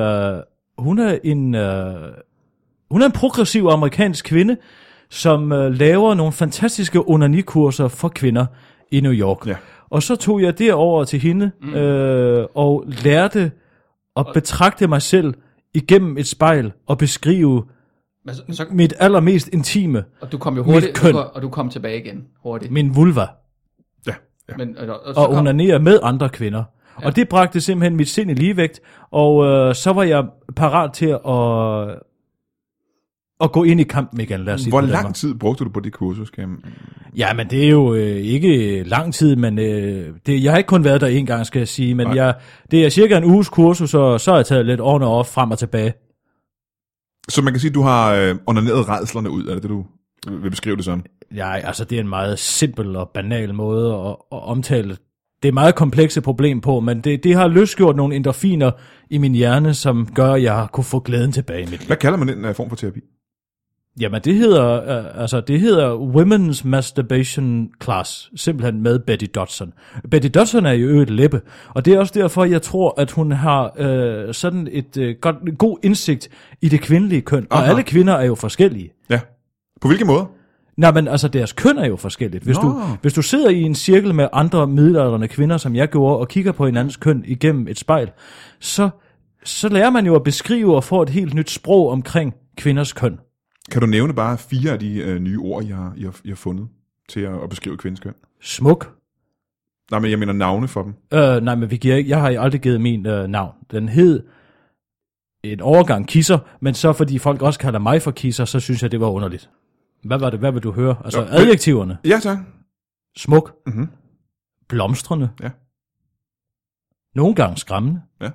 en progressiv amerikansk kvinde, som laver nogle fantastiske onanikurser for kvinder i New York. Ja. Og så tog jeg derover til hende og lærte at betragte mig selv igennem et spejl og beskrive mit allermest intime. Og du kom jo hurtigt, og du kom tilbage igen hurtigt. Min vulva. Ja. Men, og onanere med andre kvinder. Ja. Og det bragte simpelthen mit sind i ligevægt, og så var jeg parat til at gå ind i kampen igen, lad os sige. Hvor lang tid brugte du på det kursus, Cam? Ja, men det er jo ikke lang tid, men jeg har ikke kun været der en gang, skal jeg sige, men det er cirka en uges kursus, og så har jeg taget lidt on og off frem og tilbage. Så man kan sige, at du har onaneret rædslerne ud, er det du vil beskrive det som? Ja, altså det er en meget simpel og banal måde at omtale det er meget komplekse problem på, men det har løsgjort nogle endorfiner i min hjerne, som gør, at jeg kunne få glæden tilbage i mit liv. Hvad kalder man den form for terapi? Jamen, det hedder Women's Masturbation Class, simpelthen med Betty Dodson. Betty Dodson er jo et læbe, og det er også derfor, jeg tror, at hun har sådan en god indsigt i det kvindelige køn. Aha. Og alle kvinder er jo forskellige. Ja. På hvilke måder? Nej, men altså, deres køn er jo forskelligt. Hvis du sidder i en cirkel med andre middelaldrende kvinder, som jeg gjorde, og kigger på hinandens køn igennem et spejl, så lærer man jo at beskrive og få et helt nyt sprog omkring kvinders køn. Kan du nævne bare 4 af de nye ord, I har fundet til at beskrive kvindens køn? Smuk. Nej, men jeg mener navne for dem. Nej, men jeg har aldrig givet min navn. Den hed en overgang kisser, men så fordi folk også kalder mig for kisser, så synes jeg, det var underligt. Hvad var det? Hvad vil du høre? Altså adjektiverne. Ja, tak. Smuk. Mm-hmm. Blomstrende. Ja. Nogle gange skræmmende. Ja.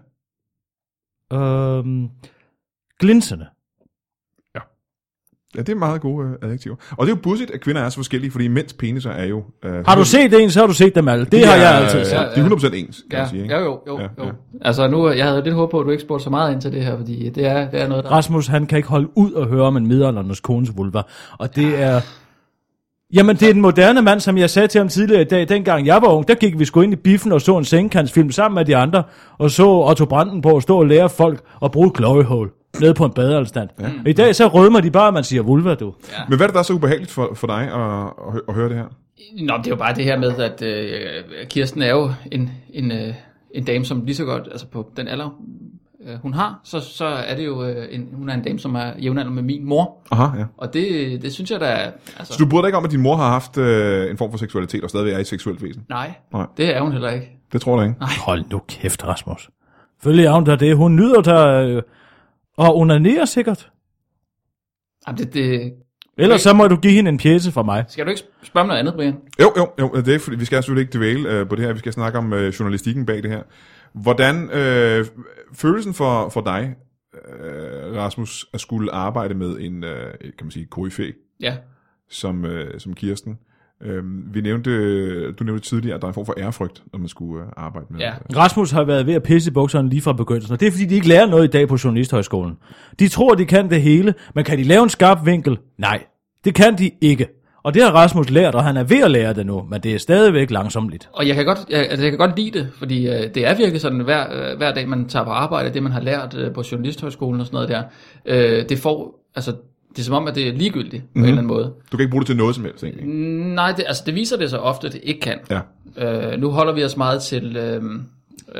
Glinsende. Ja, det er meget gode adjektiver. Og det er jo pudsigt, at kvinder er så forskellige, fordi mænds peniser er jo... har du set en, så har du set dem alle. Det har jeg altid set. De er 100% ens, kan man sige. Ikke? Jo. Altså nu, jeg havde lidt håb på, at du ikke spurgte så meget ind til det her, fordi det er noget, der... Rasmus, han kan ikke holde ud og høre om en middelalderens kones vulva. Og det er... Jamen, det er den moderne mand, som jeg sagde til ham tidligere i dag. Dengang jeg var ung, der gik vi sgu ind i biffen og så en sengekantsfilm sammen med de andre, og så Otto Brandenborg stå og lære folk at bruge glory hole nede på en badeanstalt. Ja. I dag så rødmer de bare, at man siger vulva, du. Ja. Men hvad er det, der er så ubehageligt for dig at høre det her? Nå, det er jo bare det her med, at Kirsten er jo en dame, som lige så godt, altså på den alder, hun har, så er det jo, hun er en dame, som er jævnalder med min mor. Aha, ja. Og det synes jeg da... Altså... Så du bryder dig ikke om, at din mor har haft en form for seksualitet, og stadigvæk er i seksuelt væsen? Nej, det er hun heller ikke. Det tror jeg ikke. Nej. Hold nu kæft, Rasmus. Selvfølgelig er hun da det. Hun nyder der og onanerer sikkert. Jamen, ellers så må du give hende en pjece fra mig. Skal du ikke spørge om noget andet, Brian? Jo, det er, fordi vi skal selvfølgelig ikke dvæle på det her. Vi skal snakke om journalistikken bag det her. Hvordan følelsen for dig, Rasmus, at skulle arbejde med en, kan man sige, koryfæ, ja, som Kirsten. Du nævnte tidligere, at der er en form for ærefrygt, når man skulle arbejde med. Ja. Rasmus har været ved at pisse i bukserne lige fra begyndelsen, og det er fordi, de ikke lærer noget i dag på Journalisthøjskolen. De tror, de kan det hele, men kan de lave en skarp vinkel? Nej, det kan de ikke. Og det har Rasmus lært, og han er ved at lære det nu, men det er stadigvæk langsomligt. Og jeg kan godt lide det, fordi det er virkelig sådan, hver dag man tager på arbejde, det man har lært på Journalisthøjskolen og sådan noget der, det får, altså det er som om, at det er ligegyldigt på en eller anden måde. Du kan ikke bruge det til noget som helst, egentlig? Nej, det viser det så ofte, at det ikke kan. Ja. Nu holder vi os meget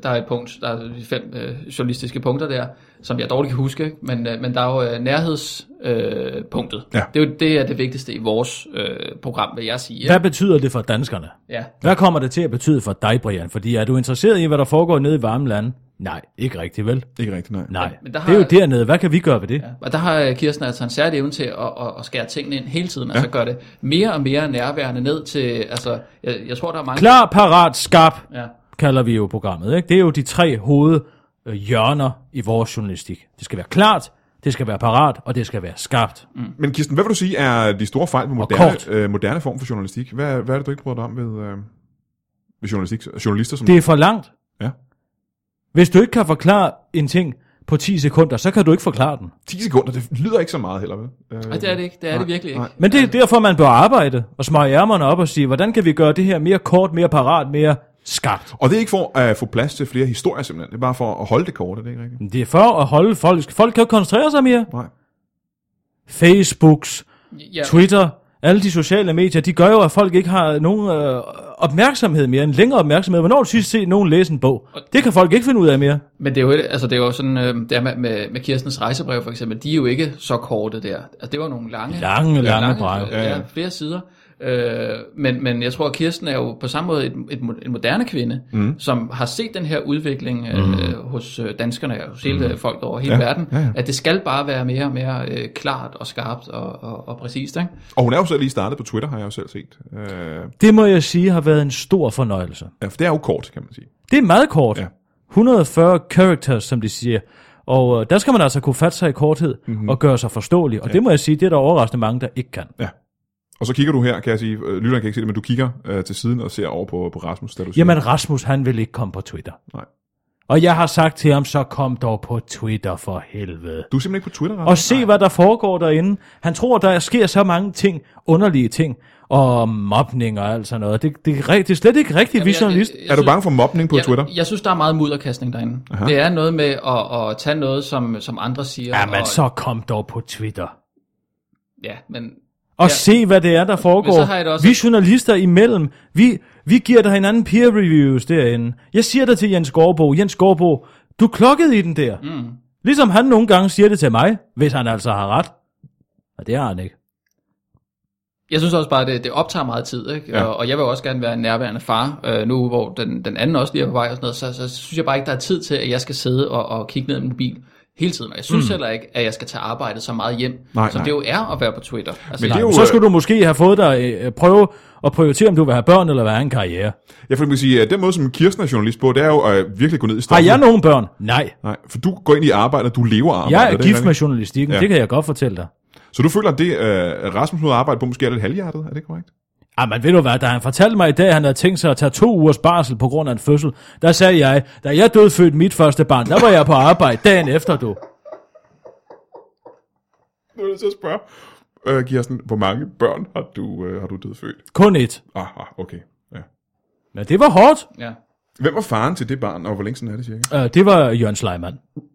der er et punkt, der er de 5 journalistiske punkter der, som jeg dårligt kan huske, men der er jo nærhedspunktet. Ja. Det er det vigtigste i vores program, vil jeg sige. Hvad betyder det for danskerne? Ja. Hvad kommer det til at betyde for dig, Brian? Fordi er du interesseret i, hvad der foregår nede i varme lande? Nej, ikke rigtigt, vel? Ikke rigtigt, nej. Nej, men det er jo dernede. Hvad kan vi gøre ved det? Ja. Og der har Kirsten altså en særlig evne til at skære tingene ind hele tiden, altså gøre det mere og mere nærværende ned til, altså, jeg tror, der er mange... Klar, parat, skarp, kalder vi jo programmet, ikke? Det er jo de 3 hovedhjørner i vores journalistik. Det skal være klart, det skal være parat, og det skal være skarpt. Men Kirsten, hvad vil du sige er de store fejl på moderne form for journalistik? Hvad er det, du ikke bryder dig om ved journalister? Som... Det er for langt. Ja. Hvis du ikke kan forklare en ting på 10 sekunder, så kan du ikke forklare den. 10 sekunder, det lyder ikke så meget heller, vel? Nej, det er det ikke. Det er det virkelig ikke. Men det er derfor, man bør arbejde og smøge ærmerne op og sige, hvordan kan vi gøre det her mere kort, mere parat, mere skarpt? Og det er ikke for at få plads til flere historier simpelthen. Det er bare for at holde det kort, er det ikke rigtigt? Det er for at holde folk. Folk kan jo koncentrere sig mere. Nej. Facebooks, Twitter, alle de sociale medier, de gør jo, at folk ikke har nogen opmærksomhed mere, en længere opmærksomhed. Hvornår du sidst set nogen læse en bog? Det kan folk ikke finde ud af mere. Men det er jo, altså det er jo sådan, det er med Kirstens rejsebrev for eksempel, de er jo ikke så korte der. Altså det var nogle lange brev. Ja, flere sider. Men jeg tror, at Kirsten er jo på samme måde en moderne kvinde, som har set den her udvikling hos danskerne, hos hele folk over hele verden, at det skal bare være mere og mere klart og skarpt og præcist. Ikke? Og hun er jo selv lige startet på Twitter, har jeg jo selv set. Det må jeg sige har været en stor fornøjelse. Ja, for det er jo kort, kan man sige. Det er meget kort. Ja. 140 characters, som de siger. Og der skal man altså kunne fatte sig i korthed og gøre sig forståelig. Og det må jeg sige, det er der overraskende mange, der ikke kan. Ja. Og så kigger du her, kan jeg sige, lytteren kan ikke se det, men du kigger til siden og ser over på Rasmus, da du siger. Jamen Rasmus, han vil ikke komme på Twitter. Nej. Og jeg har sagt til ham, så kom dog på Twitter for helvede. Du er simpelthen ikke på Twitter, Rasmus? Og se, hvad der foregår derinde. Han tror, der sker så mange ting, underlige ting, og mobning og alt sådan noget. Det er slet ikke rigtigt, vi journalist. Er du bange for mobning på Twitter? Jeg synes, der er meget mudderkastning derinde. Aha. Det er noget med at tage noget, som andre siger. Ja, men så kom dog på Twitter. Ja, men... Og se, hvad det er, der foregår. Vi journalister imellem, vi giver dig hinanden peer reviews derinde. Jeg siger det til Jens Gårdbo, du klokkede i den der. Ligesom han nogle gange siger det til mig, hvis han altså har ret. Og det har han ikke. Jeg synes også bare, det optager meget tid, ikke? Ja. Og jeg vil også gerne være en nærværende far, nu hvor den anden også lige er på vej og sådan noget, så synes jeg bare ikke, der er tid til, at jeg skal sidde og kigge ned i min bil hele tiden. Og jeg synes heller ikke, at jeg skal tage arbejdet så meget hjem, som det jo er at være på Twitter. Altså, men det jo, så skulle du måske have fået dig prøve at prioritere, om du vil have børn eller vil have en karriere. Jeg vil sige, at den måde, som Kirsten er journalist på, det er jo at virkelig gå ned i stoffet. Har jeg nogen børn? Nej. For du går ind i arbejde, og du lever arbejde. Jeg er gift med journalistikken, det kan jeg godt fortælle dig. Så du føler, at det Rasmus måde arbejde på måske er lidt halvhjertet, er det korrekt? Men ved du hvad, da han fortalte mig i dag, at han havde tænkt sig at tage 2 ugers barsel på grund af en fødsel, der sagde jeg, da jeg dødfødte mit første barn, der var jeg på arbejde dagen efter, du. Nu er jeg så at spørge, Kirsten, hvor mange børn har du dødfødt? Kun 1. Okay. Ja. Men det var hårdt. Ja. Hvem var faren til det barn, og hvor længe siden er det cirka? Det var Jørgen Sleiman.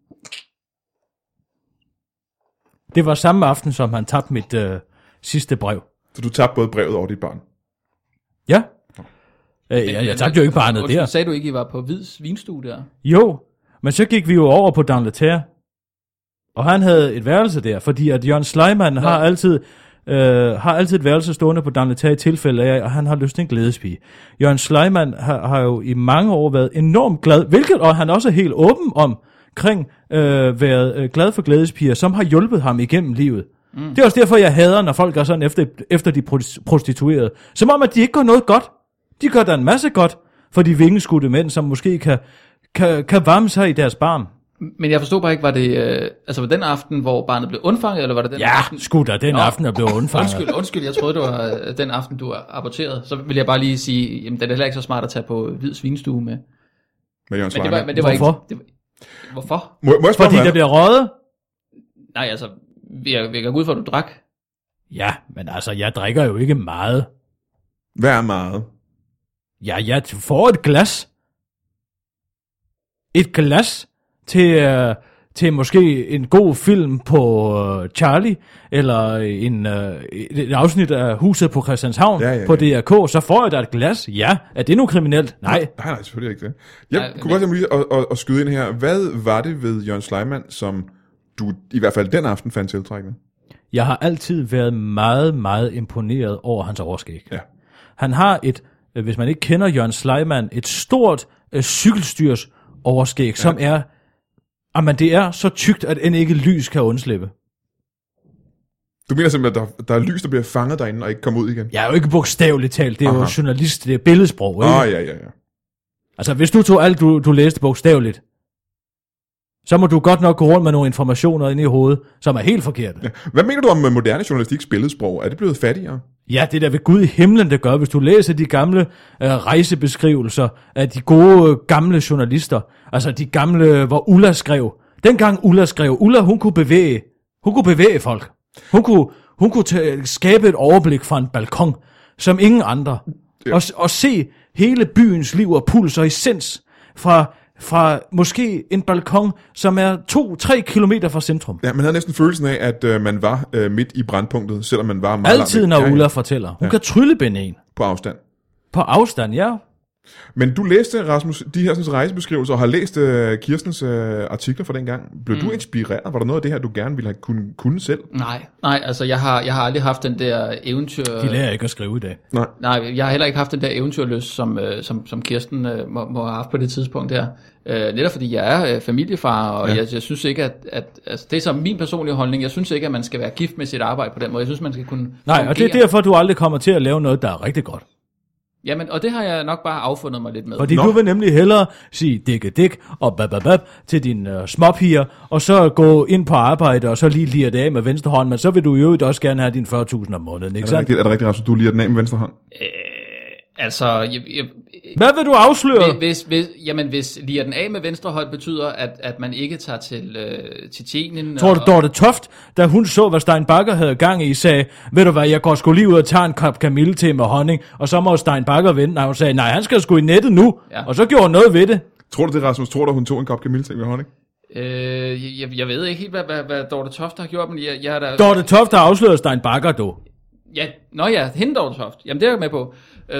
Det var samme aften, som han tabte mit sidste brev. Så du tabte både brevet og dit barn? Ja. Jeg tabte jo ikke barnet der. Sagde du ikke, I var på Hvids vinstue der? Jo, men så gik vi jo over på D'Angleterre. Og han havde et værelse der, fordi at Jørgen Sleiman har altid et værelse stående på D'Angleterre i tilfælde af, og han har lyst til en glædespige. Jørgen Sleiman har jo i mange år været enormt glad, og han også er helt åben omkring været glad for glædespiger, som har hjulpet ham igennem livet. Det er også derfor, jeg hader, når folk er sådan efter de prostituerede. Som om, at de ikke gør noget godt. De gør da en masse godt for de vingeskudte mænd, som måske kan varme sig i deres barm. Men jeg forstod bare ikke, var det var den aften, hvor barnet blev undfanget, eller var det den aften? Ja, sgu da, den aften, der blev undfanget. Undskyld, jeg troede, det var den aften, du aborterede. Så vil jeg bare lige sige, jamen det er heller ikke så smart at tage på Hvids vinstue med. Men det var hvorfor? Ikke, hvorfor? Må jeg spørge, fordi der bliver røget? Nej, altså, vi kan gå ud for, at du drak. Ja, men altså, jeg drikker jo ikke meget. Hvad er meget? Ja, jeg får et glas. Et glas til måske en god film på Charlie, eller et afsnit af Huset på Christianshavn på DRK, så får jeg da et glas. Ja, er det nu kriminelt? Nej. Nej, selvfølgelig ikke det. Jeg kunne godt tænke mig at skyde ind her. Hvad var det ved Jørgen Sleiman, som du i hvert fald den aften fandt tiltrækkende? Jeg har altid været meget, meget imponeret over hans overskæg. Ja. Han har hvis man ikke kender Jørgen Sleiman, et stort cykelstyrs overskæg, som er, det er så tykt, at end ikke lys kan undslippe. Du mener simpelthen, at der er lys, der bliver fanget derinde og ikke kommer ud igen? Jeg er jo ikke bogstaveligt talt, det er jo journalist, det er billedsprog. Ikke? Ja. Altså, hvis du tog alt, du læste bogstaveligt, så må du godt nok gå rundt med nogle informationer inde i hovedet, som er helt forkerte. Ja. Hvad mener du om moderne journalistiks billedsprog? Er det blevet fattigere? Ja, det der ved Gud i himlen, det gør. Hvis du læser de gamle rejsebeskrivelser af de gode gamle journalister, altså de gamle, hvor Ulla skrev. Dengang Ulla skrev, hun kunne bevæge folk. Hun kunne skabe et overblik fra en balkon, som ingen andre. Ja. Og se hele byens liv og puls og essens fra måske en balkon, som er 2-3 kilometer fra centrum. Ja, man havde næsten følelsen af, at man var midt i brandpunktet, selvom man var meget altid, når Ulla fortæller. Hun kan tryllebinde en. På afstand. På afstand, ja. Men du læste, Rasmus, de her sådan, rejsebeskrivelser, og har læst Kirstens artikler fra dengang. Blev du inspireret? Var der noget af det her, du gerne ville have kunne selv? Nej, altså jeg har aldrig haft den der eventyr... De lærer ikke at skrive i dag. Nej, jeg har heller ikke haft den der eventyrlyst, som Kirsten må have haft på det tidspunkt her. Netop fordi jeg er familiefar, og jeg synes ikke, at altså, det er så min personlige holdning. Jeg synes ikke, at man skal være gift med sit arbejde på den måde. Jeg synes, man skal kunne fungere. Og det er derfor, du aldrig kommer til at lave noget, der er rigtig godt. Jamen, og det har jeg nok bare affundet mig lidt med. Fordi du vil nemlig hellere sige dæk og bababab til dine småpiger, og så gå ind på arbejde, og så lige lire det af med venstre hånd, men så vil du jo også gerne have dine 40.000 om måneden, ikke sandt? Er det rigtigt, Rasmus, du lirer den af med venstre hånd? Altså... Hvad vil du afsløre? Hvis lirer den af med venstre hånd betyder, at man ikke tager til Tjetjenien... Tror du, Dorte Toft, da hun så, hvad Stein Bakker havde gang i, sagde, ved du hvad, jeg går sgu lige ud og tager en kop kamille med honning, og så må Stein Bakker vente. Nej, hun sagde, nej, han skal sgu i nettet nu, og så gjorde hun noget ved det. Tror du det, Rasmus? Tror du, hun tog en kop kamille med honning? Jeg ved ikke helt, hvad Dorte Toft har gjort, men jeg er da... Dorte Toft har afsløret Stein Bakker, du. Ja, hende Dorte Toft. Jamen, det er jeg med på.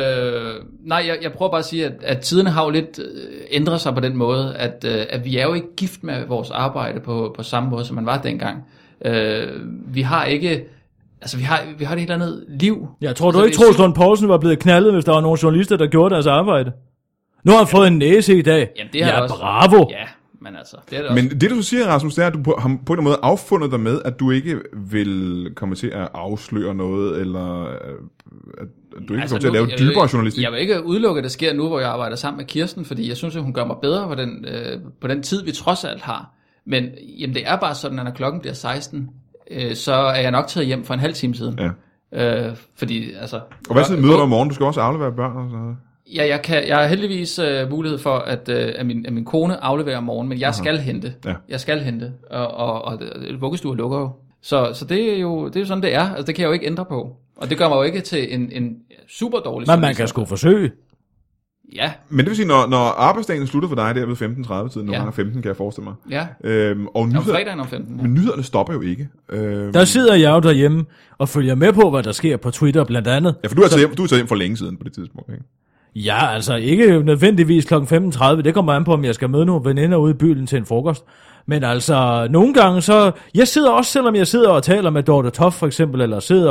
Jeg prøver bare at sige, at tiderne har jo lidt ændret sig på den måde, at vi er jo ikke gift med vores arbejde på samme måde, som man var dengang. Vi har ikke... Altså, vi har et helt andet liv. Jeg tror, du ikke Troels Lund Poulsen var blevet knaldet, hvis der var nogle journalister, der gjorde deres arbejde. Nu har han fået en næse i dag. Jamen, det har også. Bravo. Ja, men altså, det er det også. Men det, du siger, Rasmus, det er, at du har på en eller anden måde affundet dig med, at du ikke vil komme til at afsløre noget, eller at du ikke kommer til at lave dybere journalistik. Jeg vil ikke udelukke, at det sker nu, hvor jeg arbejder sammen med Kirsten, fordi jeg synes, at hun gør mig bedre på den tid, vi trods alt har. Men jamen, det er bare sådan, at når klokken bliver 16, så er jeg nok taget hjem for en halv time siden. Ja. Fordi, altså... Og hvad tid møder du om morgenen? Du skal også aflevere børn og sådan noget. Ja, jeg har heldigvis mulighed for, at min kone afleverer om morgenen, men jeg skal hente. Ja. Jeg skal hente, og vuggestuen lukker jo. Så det er jo sådan, det er. Altså, det kan jeg jo ikke ændre på. Og det gør mig jo ikke til en super dårlig... Men man kan sgu forsøge. Ja. Men det vil sige, når arbejdsdagen slutter for dig der ved 15:30-tiden, nogle gange 15, kan jeg forestille mig. Ja. Og fredagen om 15. Men nyhederne stopper jo ikke. Der sidder jeg jo derhjemme og følger med på, hvad der sker på Twitter blandt andet. Ja, for du er taget hjem for længe siden på det tidspunkt, ikke? Ja, altså ikke nødvendigvis kl. 15:30. Det kommer an på, om jeg skal møde nogle veninder ude i byen til en frokost. Men altså, nogle gange så... Jeg sidder også, selvom jeg sidder og taler med Dorte Toft for eksempel, eller sidder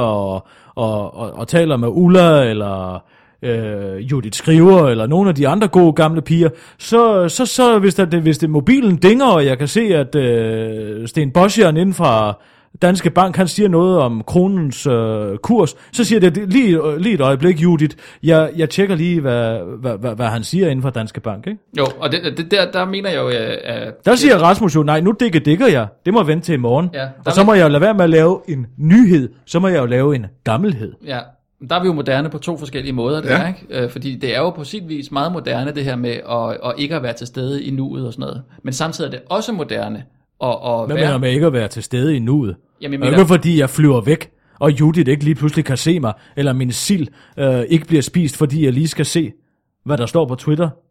og taler med Ulla, eller Judith Skriver, eller nogle af de andre gode gamle piger, så hvis det mobilen dinger, og jeg kan se, at Sten Boschian inden fra Danske Bank, han siger noget om kronens kurs, så siger det lige et øjeblik, Judith, jeg tjekker lige, hvad han siger inden for Danske Bank, ikke? Jo, og der mener jeg jo... der siger Rasmus jo, nej, nu dækker jeg. Det må jeg vente til i morgen. Ja, og så må jeg jo lade være med at lave en nyhed, så må jeg jo lave en gammelhed. Ja, der er vi jo moderne på to forskellige måder, det er, ikke? Fordi det er jo på sin vis meget moderne, det her med at ikke at være til stede i nuet og sådan noget. Men samtidig er det også moderne. Hvad mener med ikke at være til stede i nuet? Jamen, ikke fordi jeg flyver væk, og Judith ikke lige pludselig kan se mig, eller min sild ikke bliver spist, fordi jeg lige skal se, hvad der står på Twitter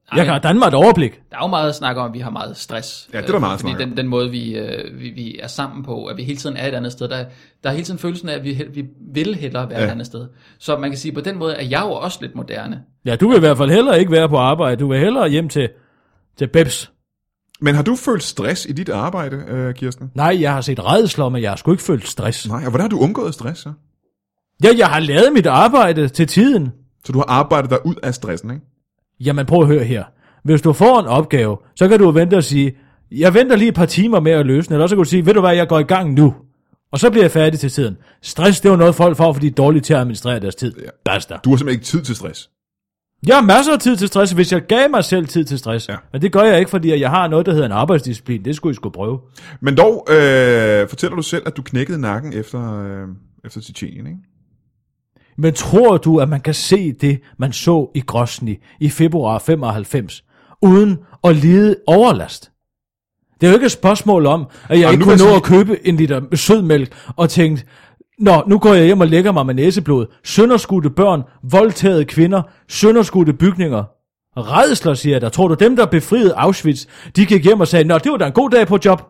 Jeg kan danne mig et overblik. Der er jo meget at snakke om, at vi har meget stress. Ja, det er der meget fordi den måde, vi er sammen på, at vi hele tiden er et andet sted, der er hele tiden følelsen af, at vi vil hellere være et andet sted. Så man kan sige, på den måde er jeg jo også lidt moderne. Ja, du vil i hvert fald hellere ikke være på arbejde. Du vil hellere hjem til Bebs. Men har du følt stress i dit arbejde, Kirsten? Nej, jeg har set rædsler, men jeg har sgu ikke følt stress. Nej, og hvordan har du undgået stress så? Ja, jeg har lavet mit arbejde til tiden. Så du har arbejdet dig ud af stressen, ikke? Jamen prøv at høre her. Hvis du får en opgave, så kan du vente og sige, jeg venter lige et par timer med at løse den, eller så kan du sige, ved du hvad, jeg går i gang nu. Og så bliver jeg færdig til tiden. Stress, det er jo noget folk får, fordi de er dårlige til at administrere deres tid. Ja. Basta. Du har simpelthen ikke tid til stress. Jeg har masser af tid til stress, hvis jeg gav mig selv tid til stress. Ja. Men det gør jeg ikke, fordi jeg har noget, der hedder en arbejdsdisciplin. Det skulle I sgu prøve. Men dog fortæller du selv, at du knækkede nakken efter Tjetjenien, ikke? Men tror du, at man kan se det, man så i Grosny i februar 95, uden at lide overlast? Det er jo ikke et spørgsmål om, at jeg ikke kunne nå at købe en liter sødmælk og tænkte, nu går jeg hjem og lægger mig med næseblod. Sønderskudte børn, voldtagede kvinder, sønderskudte bygninger. Rædsler, siger jeg der. Tror du, dem, der befriede Auschwitz, de gik hjem og sagde, det var da en god dag på job?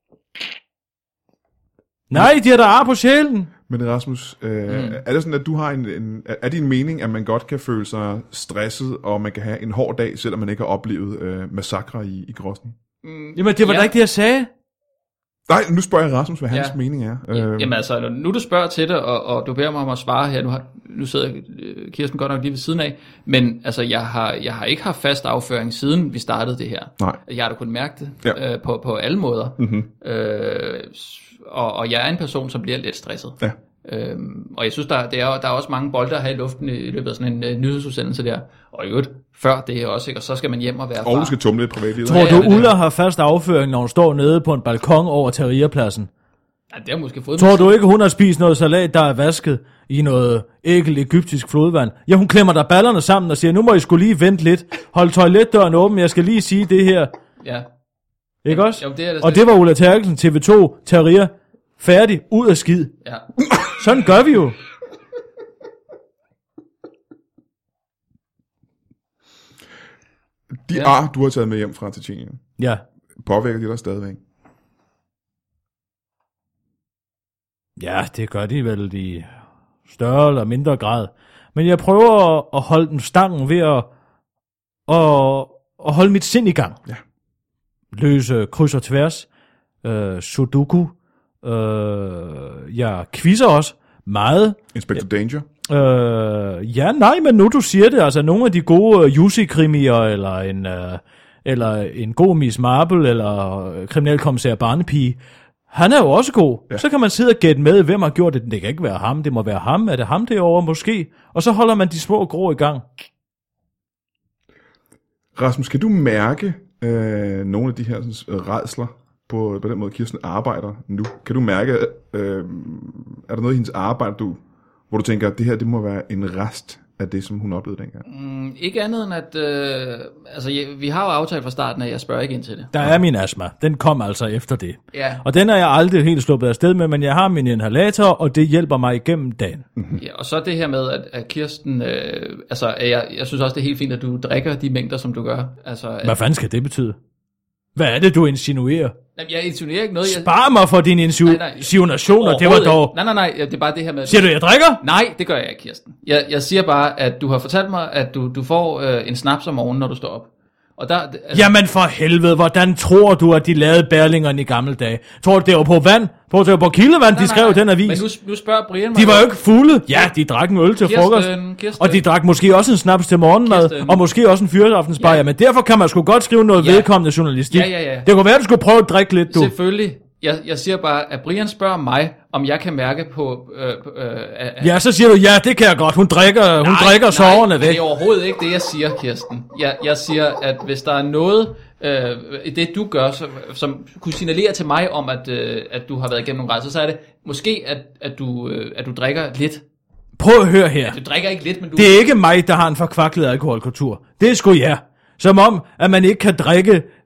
Nej, de har da ar på sjælen. Men Rasmus, er det sådan, at du har er din mening, at man godt kan føle sig stresset, og man kan have en hård dag, selvom man ikke har oplevet massakre i Grosny? Jamen, det var da ikke det, jeg sagde. Nej, nu spørger jeg Rasmus, hvad hans mening er. Jamen altså, nu du spørger til det, og du beder mig om at svare her, nu sidder Kirsten godt nok lige ved siden af, men altså, jeg har ikke haft fast afføring, siden vi startede det her. Nej. Jeg har da kun mærket det på alle måder. Mm-hmm. Og jeg er en person, som bliver lidt stresset. Ja. Og jeg synes, der er også mange bolde at have i luften i løbet af sådan en nyhedsudsendelse der. Og i øvrigt, før det også, ikke? Og så skal man hjem og være far. Og du skal tumle et privatliv. Tror du, Ulla har fast afføring, når hun står nede på en balkon over Tahrirpladsen? Ja, det har måske fået. Tror du ikke, hun har spist noget salat, der er vasket i noget ægelt egyptisk flodvand? Ja, hun klemmer der ballerne sammen og siger, nu må I skulle lige vente lidt. Hold toiletdøren åben, jeg skal lige sige det her. Ja. Ikke også? Jo, det og det var Ulla Terkelsen, TV2, Tahrir. Færdig, ud af skid. Ja. Sådan gør vi jo. De ar, du har taget med hjem fra Tjetjenien. Ja. Påvirker de dig stadigvæk? Ja, det gør de vel i større eller mindre grad. Men jeg prøver at holde den stangen ved at holde mit sind i gang. Ja. Løse kryds og tværs. Sudoku. Jeg quizzer også meget. Inspector Danger? Ja, nej, men nu du siger det, altså nogle af de gode Jussi-krimier, eller en god Miss Marple, eller kriminalkommissær Barnepige, han er jo også god. Ja. Så kan man sidde og gætte med, hvem har gjort det. Det kan ikke være ham, det må være ham. Er det ham derovre måske? Og så holder man de små grå i gang. Rasmus, kan du mærke nogle af de her rædsler, på den måde Kirsten arbejder nu? Kan du mærke, er der noget i hendes arbejde, hvor du tænker, at det her det må være en rest af det, som hun oplevede dengang? Ikke andet end at, vi har jo aftalt fra starten, at jeg spørger ikke ind til det. Der er min astma, den kom altså efter det. Ja. Og den er jeg aldrig helt sluppet afsted med, men jeg har min inhalator, og det hjælper mig igennem dagen. Mm-hmm. Ja, og så det her med, at Kirsten, jeg synes også, det er helt fint, at du drikker de mængder, som du gør. Altså, hvad fanden skal det betyde? Hvad er det, du insinuerer? Jamen, jeg insinuerer ikke noget. Spar mig for dine insinuationer, det var dog... Nej, det er bare det her med... Siger du, jeg drikker? Nej, det gør jeg ikke, Kirsten. Jeg siger bare, at du har fortalt mig, at du får en snaps om morgenen, når du står op. Og der, altså... Jamen for helvede, hvordan tror du, at de lavede Berlingeren i gamle dage? Tror du, det var på vand? Tror du, det var på kildevand, de skrev den avis? Men nu spørger Brian mig... De var jo ikke fulde. Ja, de drak en øl til frokost. Og de drak måske også en snaps til morgenmad. Og måske også en fyraftensbajer. Ja. Men derfor kan man sgu godt skrive noget vedkommende journalistik. Ja. Det kunne være, at du skulle prøve at drikke lidt, du. Selvfølgelig. Jeg siger bare, at Brian spørger mig, om jeg kan mærke på... Ja, så siger du, ja, det kan jeg godt. Hun drikker soverne væk. Det er overhovedet ikke det, jeg siger, Kirsten. Jeg siger, at hvis der er noget i det, du gør, som kunne signalere til mig om, at du har været igennem nogle rejser, så er det måske, at du drikker lidt. Prøv at høre her. Du drikker ikke lidt, men du... Det er ikke mig, der har en forkvaklet alkoholkultur. Det er sgu jer. Som om, at man ikke kan drikke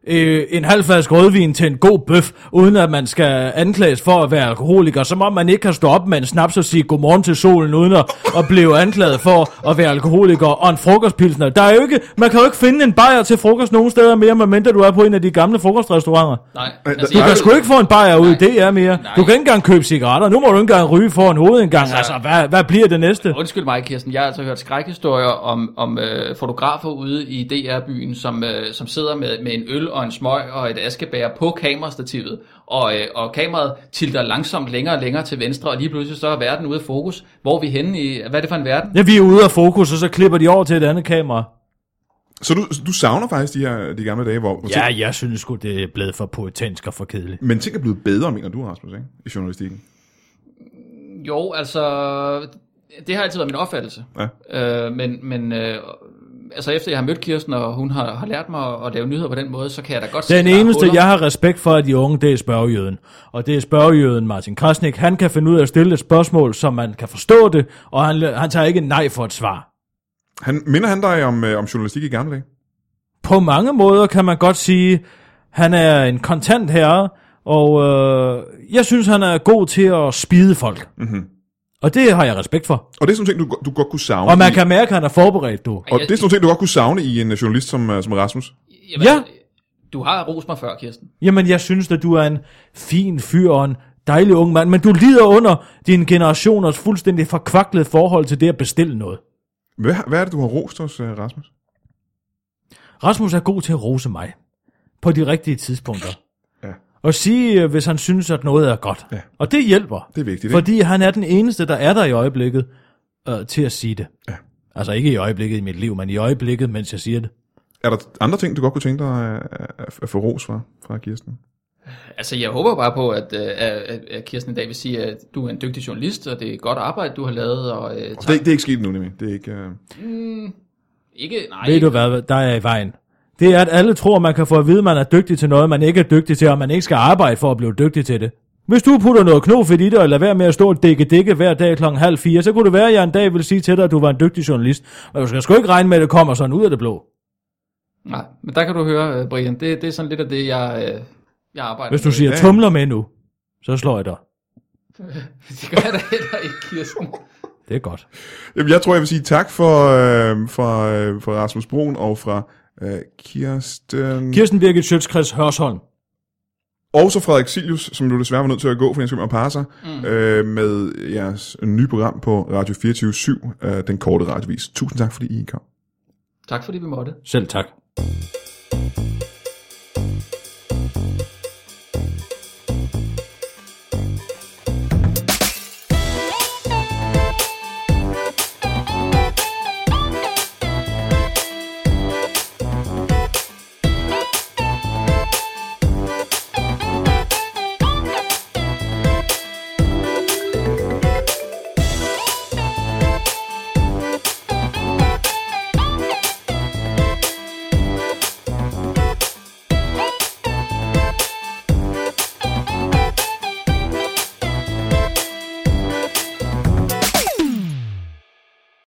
en halv flaske rødvin til en god bøf, uden at man skal anklages for at være alkoholiker, som om man ikke kan stå op med en snaps og sige godmorgen til solen, uden at blive anklaget for at være alkoholiker, og en frokostpilsner. Man kan jo ikke finde en bajer til frokost nogen steder mere, medmindre du er på en af de gamle frokostrestauranter. Nej. Du kan sgu ikke få en bajer ud, det er mere. Nej. Du kan ikke engang købe cigaretter, nu må du ikke engang ryge foran hovedet engang. Altså, hvad bliver det næste? Undskyld mig, Kirsten, jeg har altså hørt skrækhistorier om fotografer ude i DR-byen, som sidder med en øl og en smøg og et askebær på kamerastativet, og kameraet tilter langsomt længere og længere til venstre, og lige pludselig så er verden ude af fokus. Hvor er vi henne i, hvad er det for en verden? Ja, vi er ude af fokus, og så klipper de over til et andet kamera. Så du savner faktisk de gamle dage, hvor... Ja, jeg synes sgu, det er blevet for poetansk og for kedeligt. Men ting er blevet bedre, mener du, Rasmus, ikke? I journalistikken? Jo, altså... Det har altid været min opfattelse. Ja. Men altså efter jeg har mødt Kirsten, og hun har lært mig at lave nyheder på den måde, så kan jeg da godt se... Den eneste, jeg har respekt for af de unge, det er spørgejøden. Og det er spørgejøden Martin Krasnik. Han kan finde ud af at stille et spørgsmål, så man kan forstå det, og han tager ikke nej for et svar. Minder han dig om journalistik i gamle dage? På mange måder kan man godt sige, han er en kontant herre, og jeg synes, han er god til at spide folk. Mm-hmm. Og det har jeg respekt for. Og det er sådan ting, du godt kunne savne. Og man kan mærke, at han er forberedt, du. Og det er sådan ting, du godt kunne savne i en journalist som Rasmus. Jamen, ja. Du har rost mig før, Kirsten. Jamen, jeg synes, at du er en fin fyr og en dejlig ung mand, men du lider under din generationers fuldstændig forkvaklede forhold til det at bestille noget. Hvad er det, du har rost hos Rasmus? Rasmus er god til at rose mig. På de rigtige tidspunkter. Ja. Og sige, hvis han synes, at noget er godt. Ja. Og det hjælper. Det er vigtigt. Fordi han er den eneste, der er der i øjeblikket til at sige det. Ja. Altså ikke i øjeblikket i mit liv, men i øjeblikket, mens jeg siger det. Er der andre ting, du godt kunne tænke dig at få ros fra Kirsten? Altså, jeg håber bare på, at Kirsten i dag vil sige, at du er en dygtig journalist, og det er et godt arbejde, du har lavet. Og, det er ikke sket nu, nemlig. Det er ikke... Ikke, nej. Ved du hvad, der er i vejen? Det er, at alle tror, man kan få at vide, at man er dygtig til noget, man ikke er dygtig til, og man ikke skal arbejde for at blive dygtig til det. Hvis du putter noget knofedt i det, og lader være med at stå og dække hver dag kl. 3:30, så kunne det være, at jeg en dag vil sige til dig, at du var en dygtig journalist. Og du skal sgu ikke regne med, at det kommer sådan ud af det blå. Nej, men der kan du høre, Brian, det er sådan lidt af det, jeg arbejder. Hvis du siger tumler med nu, så slår jeg dig. Det gør jeg da heller ikke, Kirsten. Det er godt. Jamen, jeg tror, jeg vil sige tak for Rasmus Bruun og fra Kirsten Birgit Schøtz-Krets Hørsholm. Og så Frederik Silius, som du desværre var nødt til at gå, for jeg skal med at passe med jeres nye program på Radio 24/7, Den Korte Radiovis. Tusind tak, fordi I kom. Tak fordi vi måtte. Selv tak.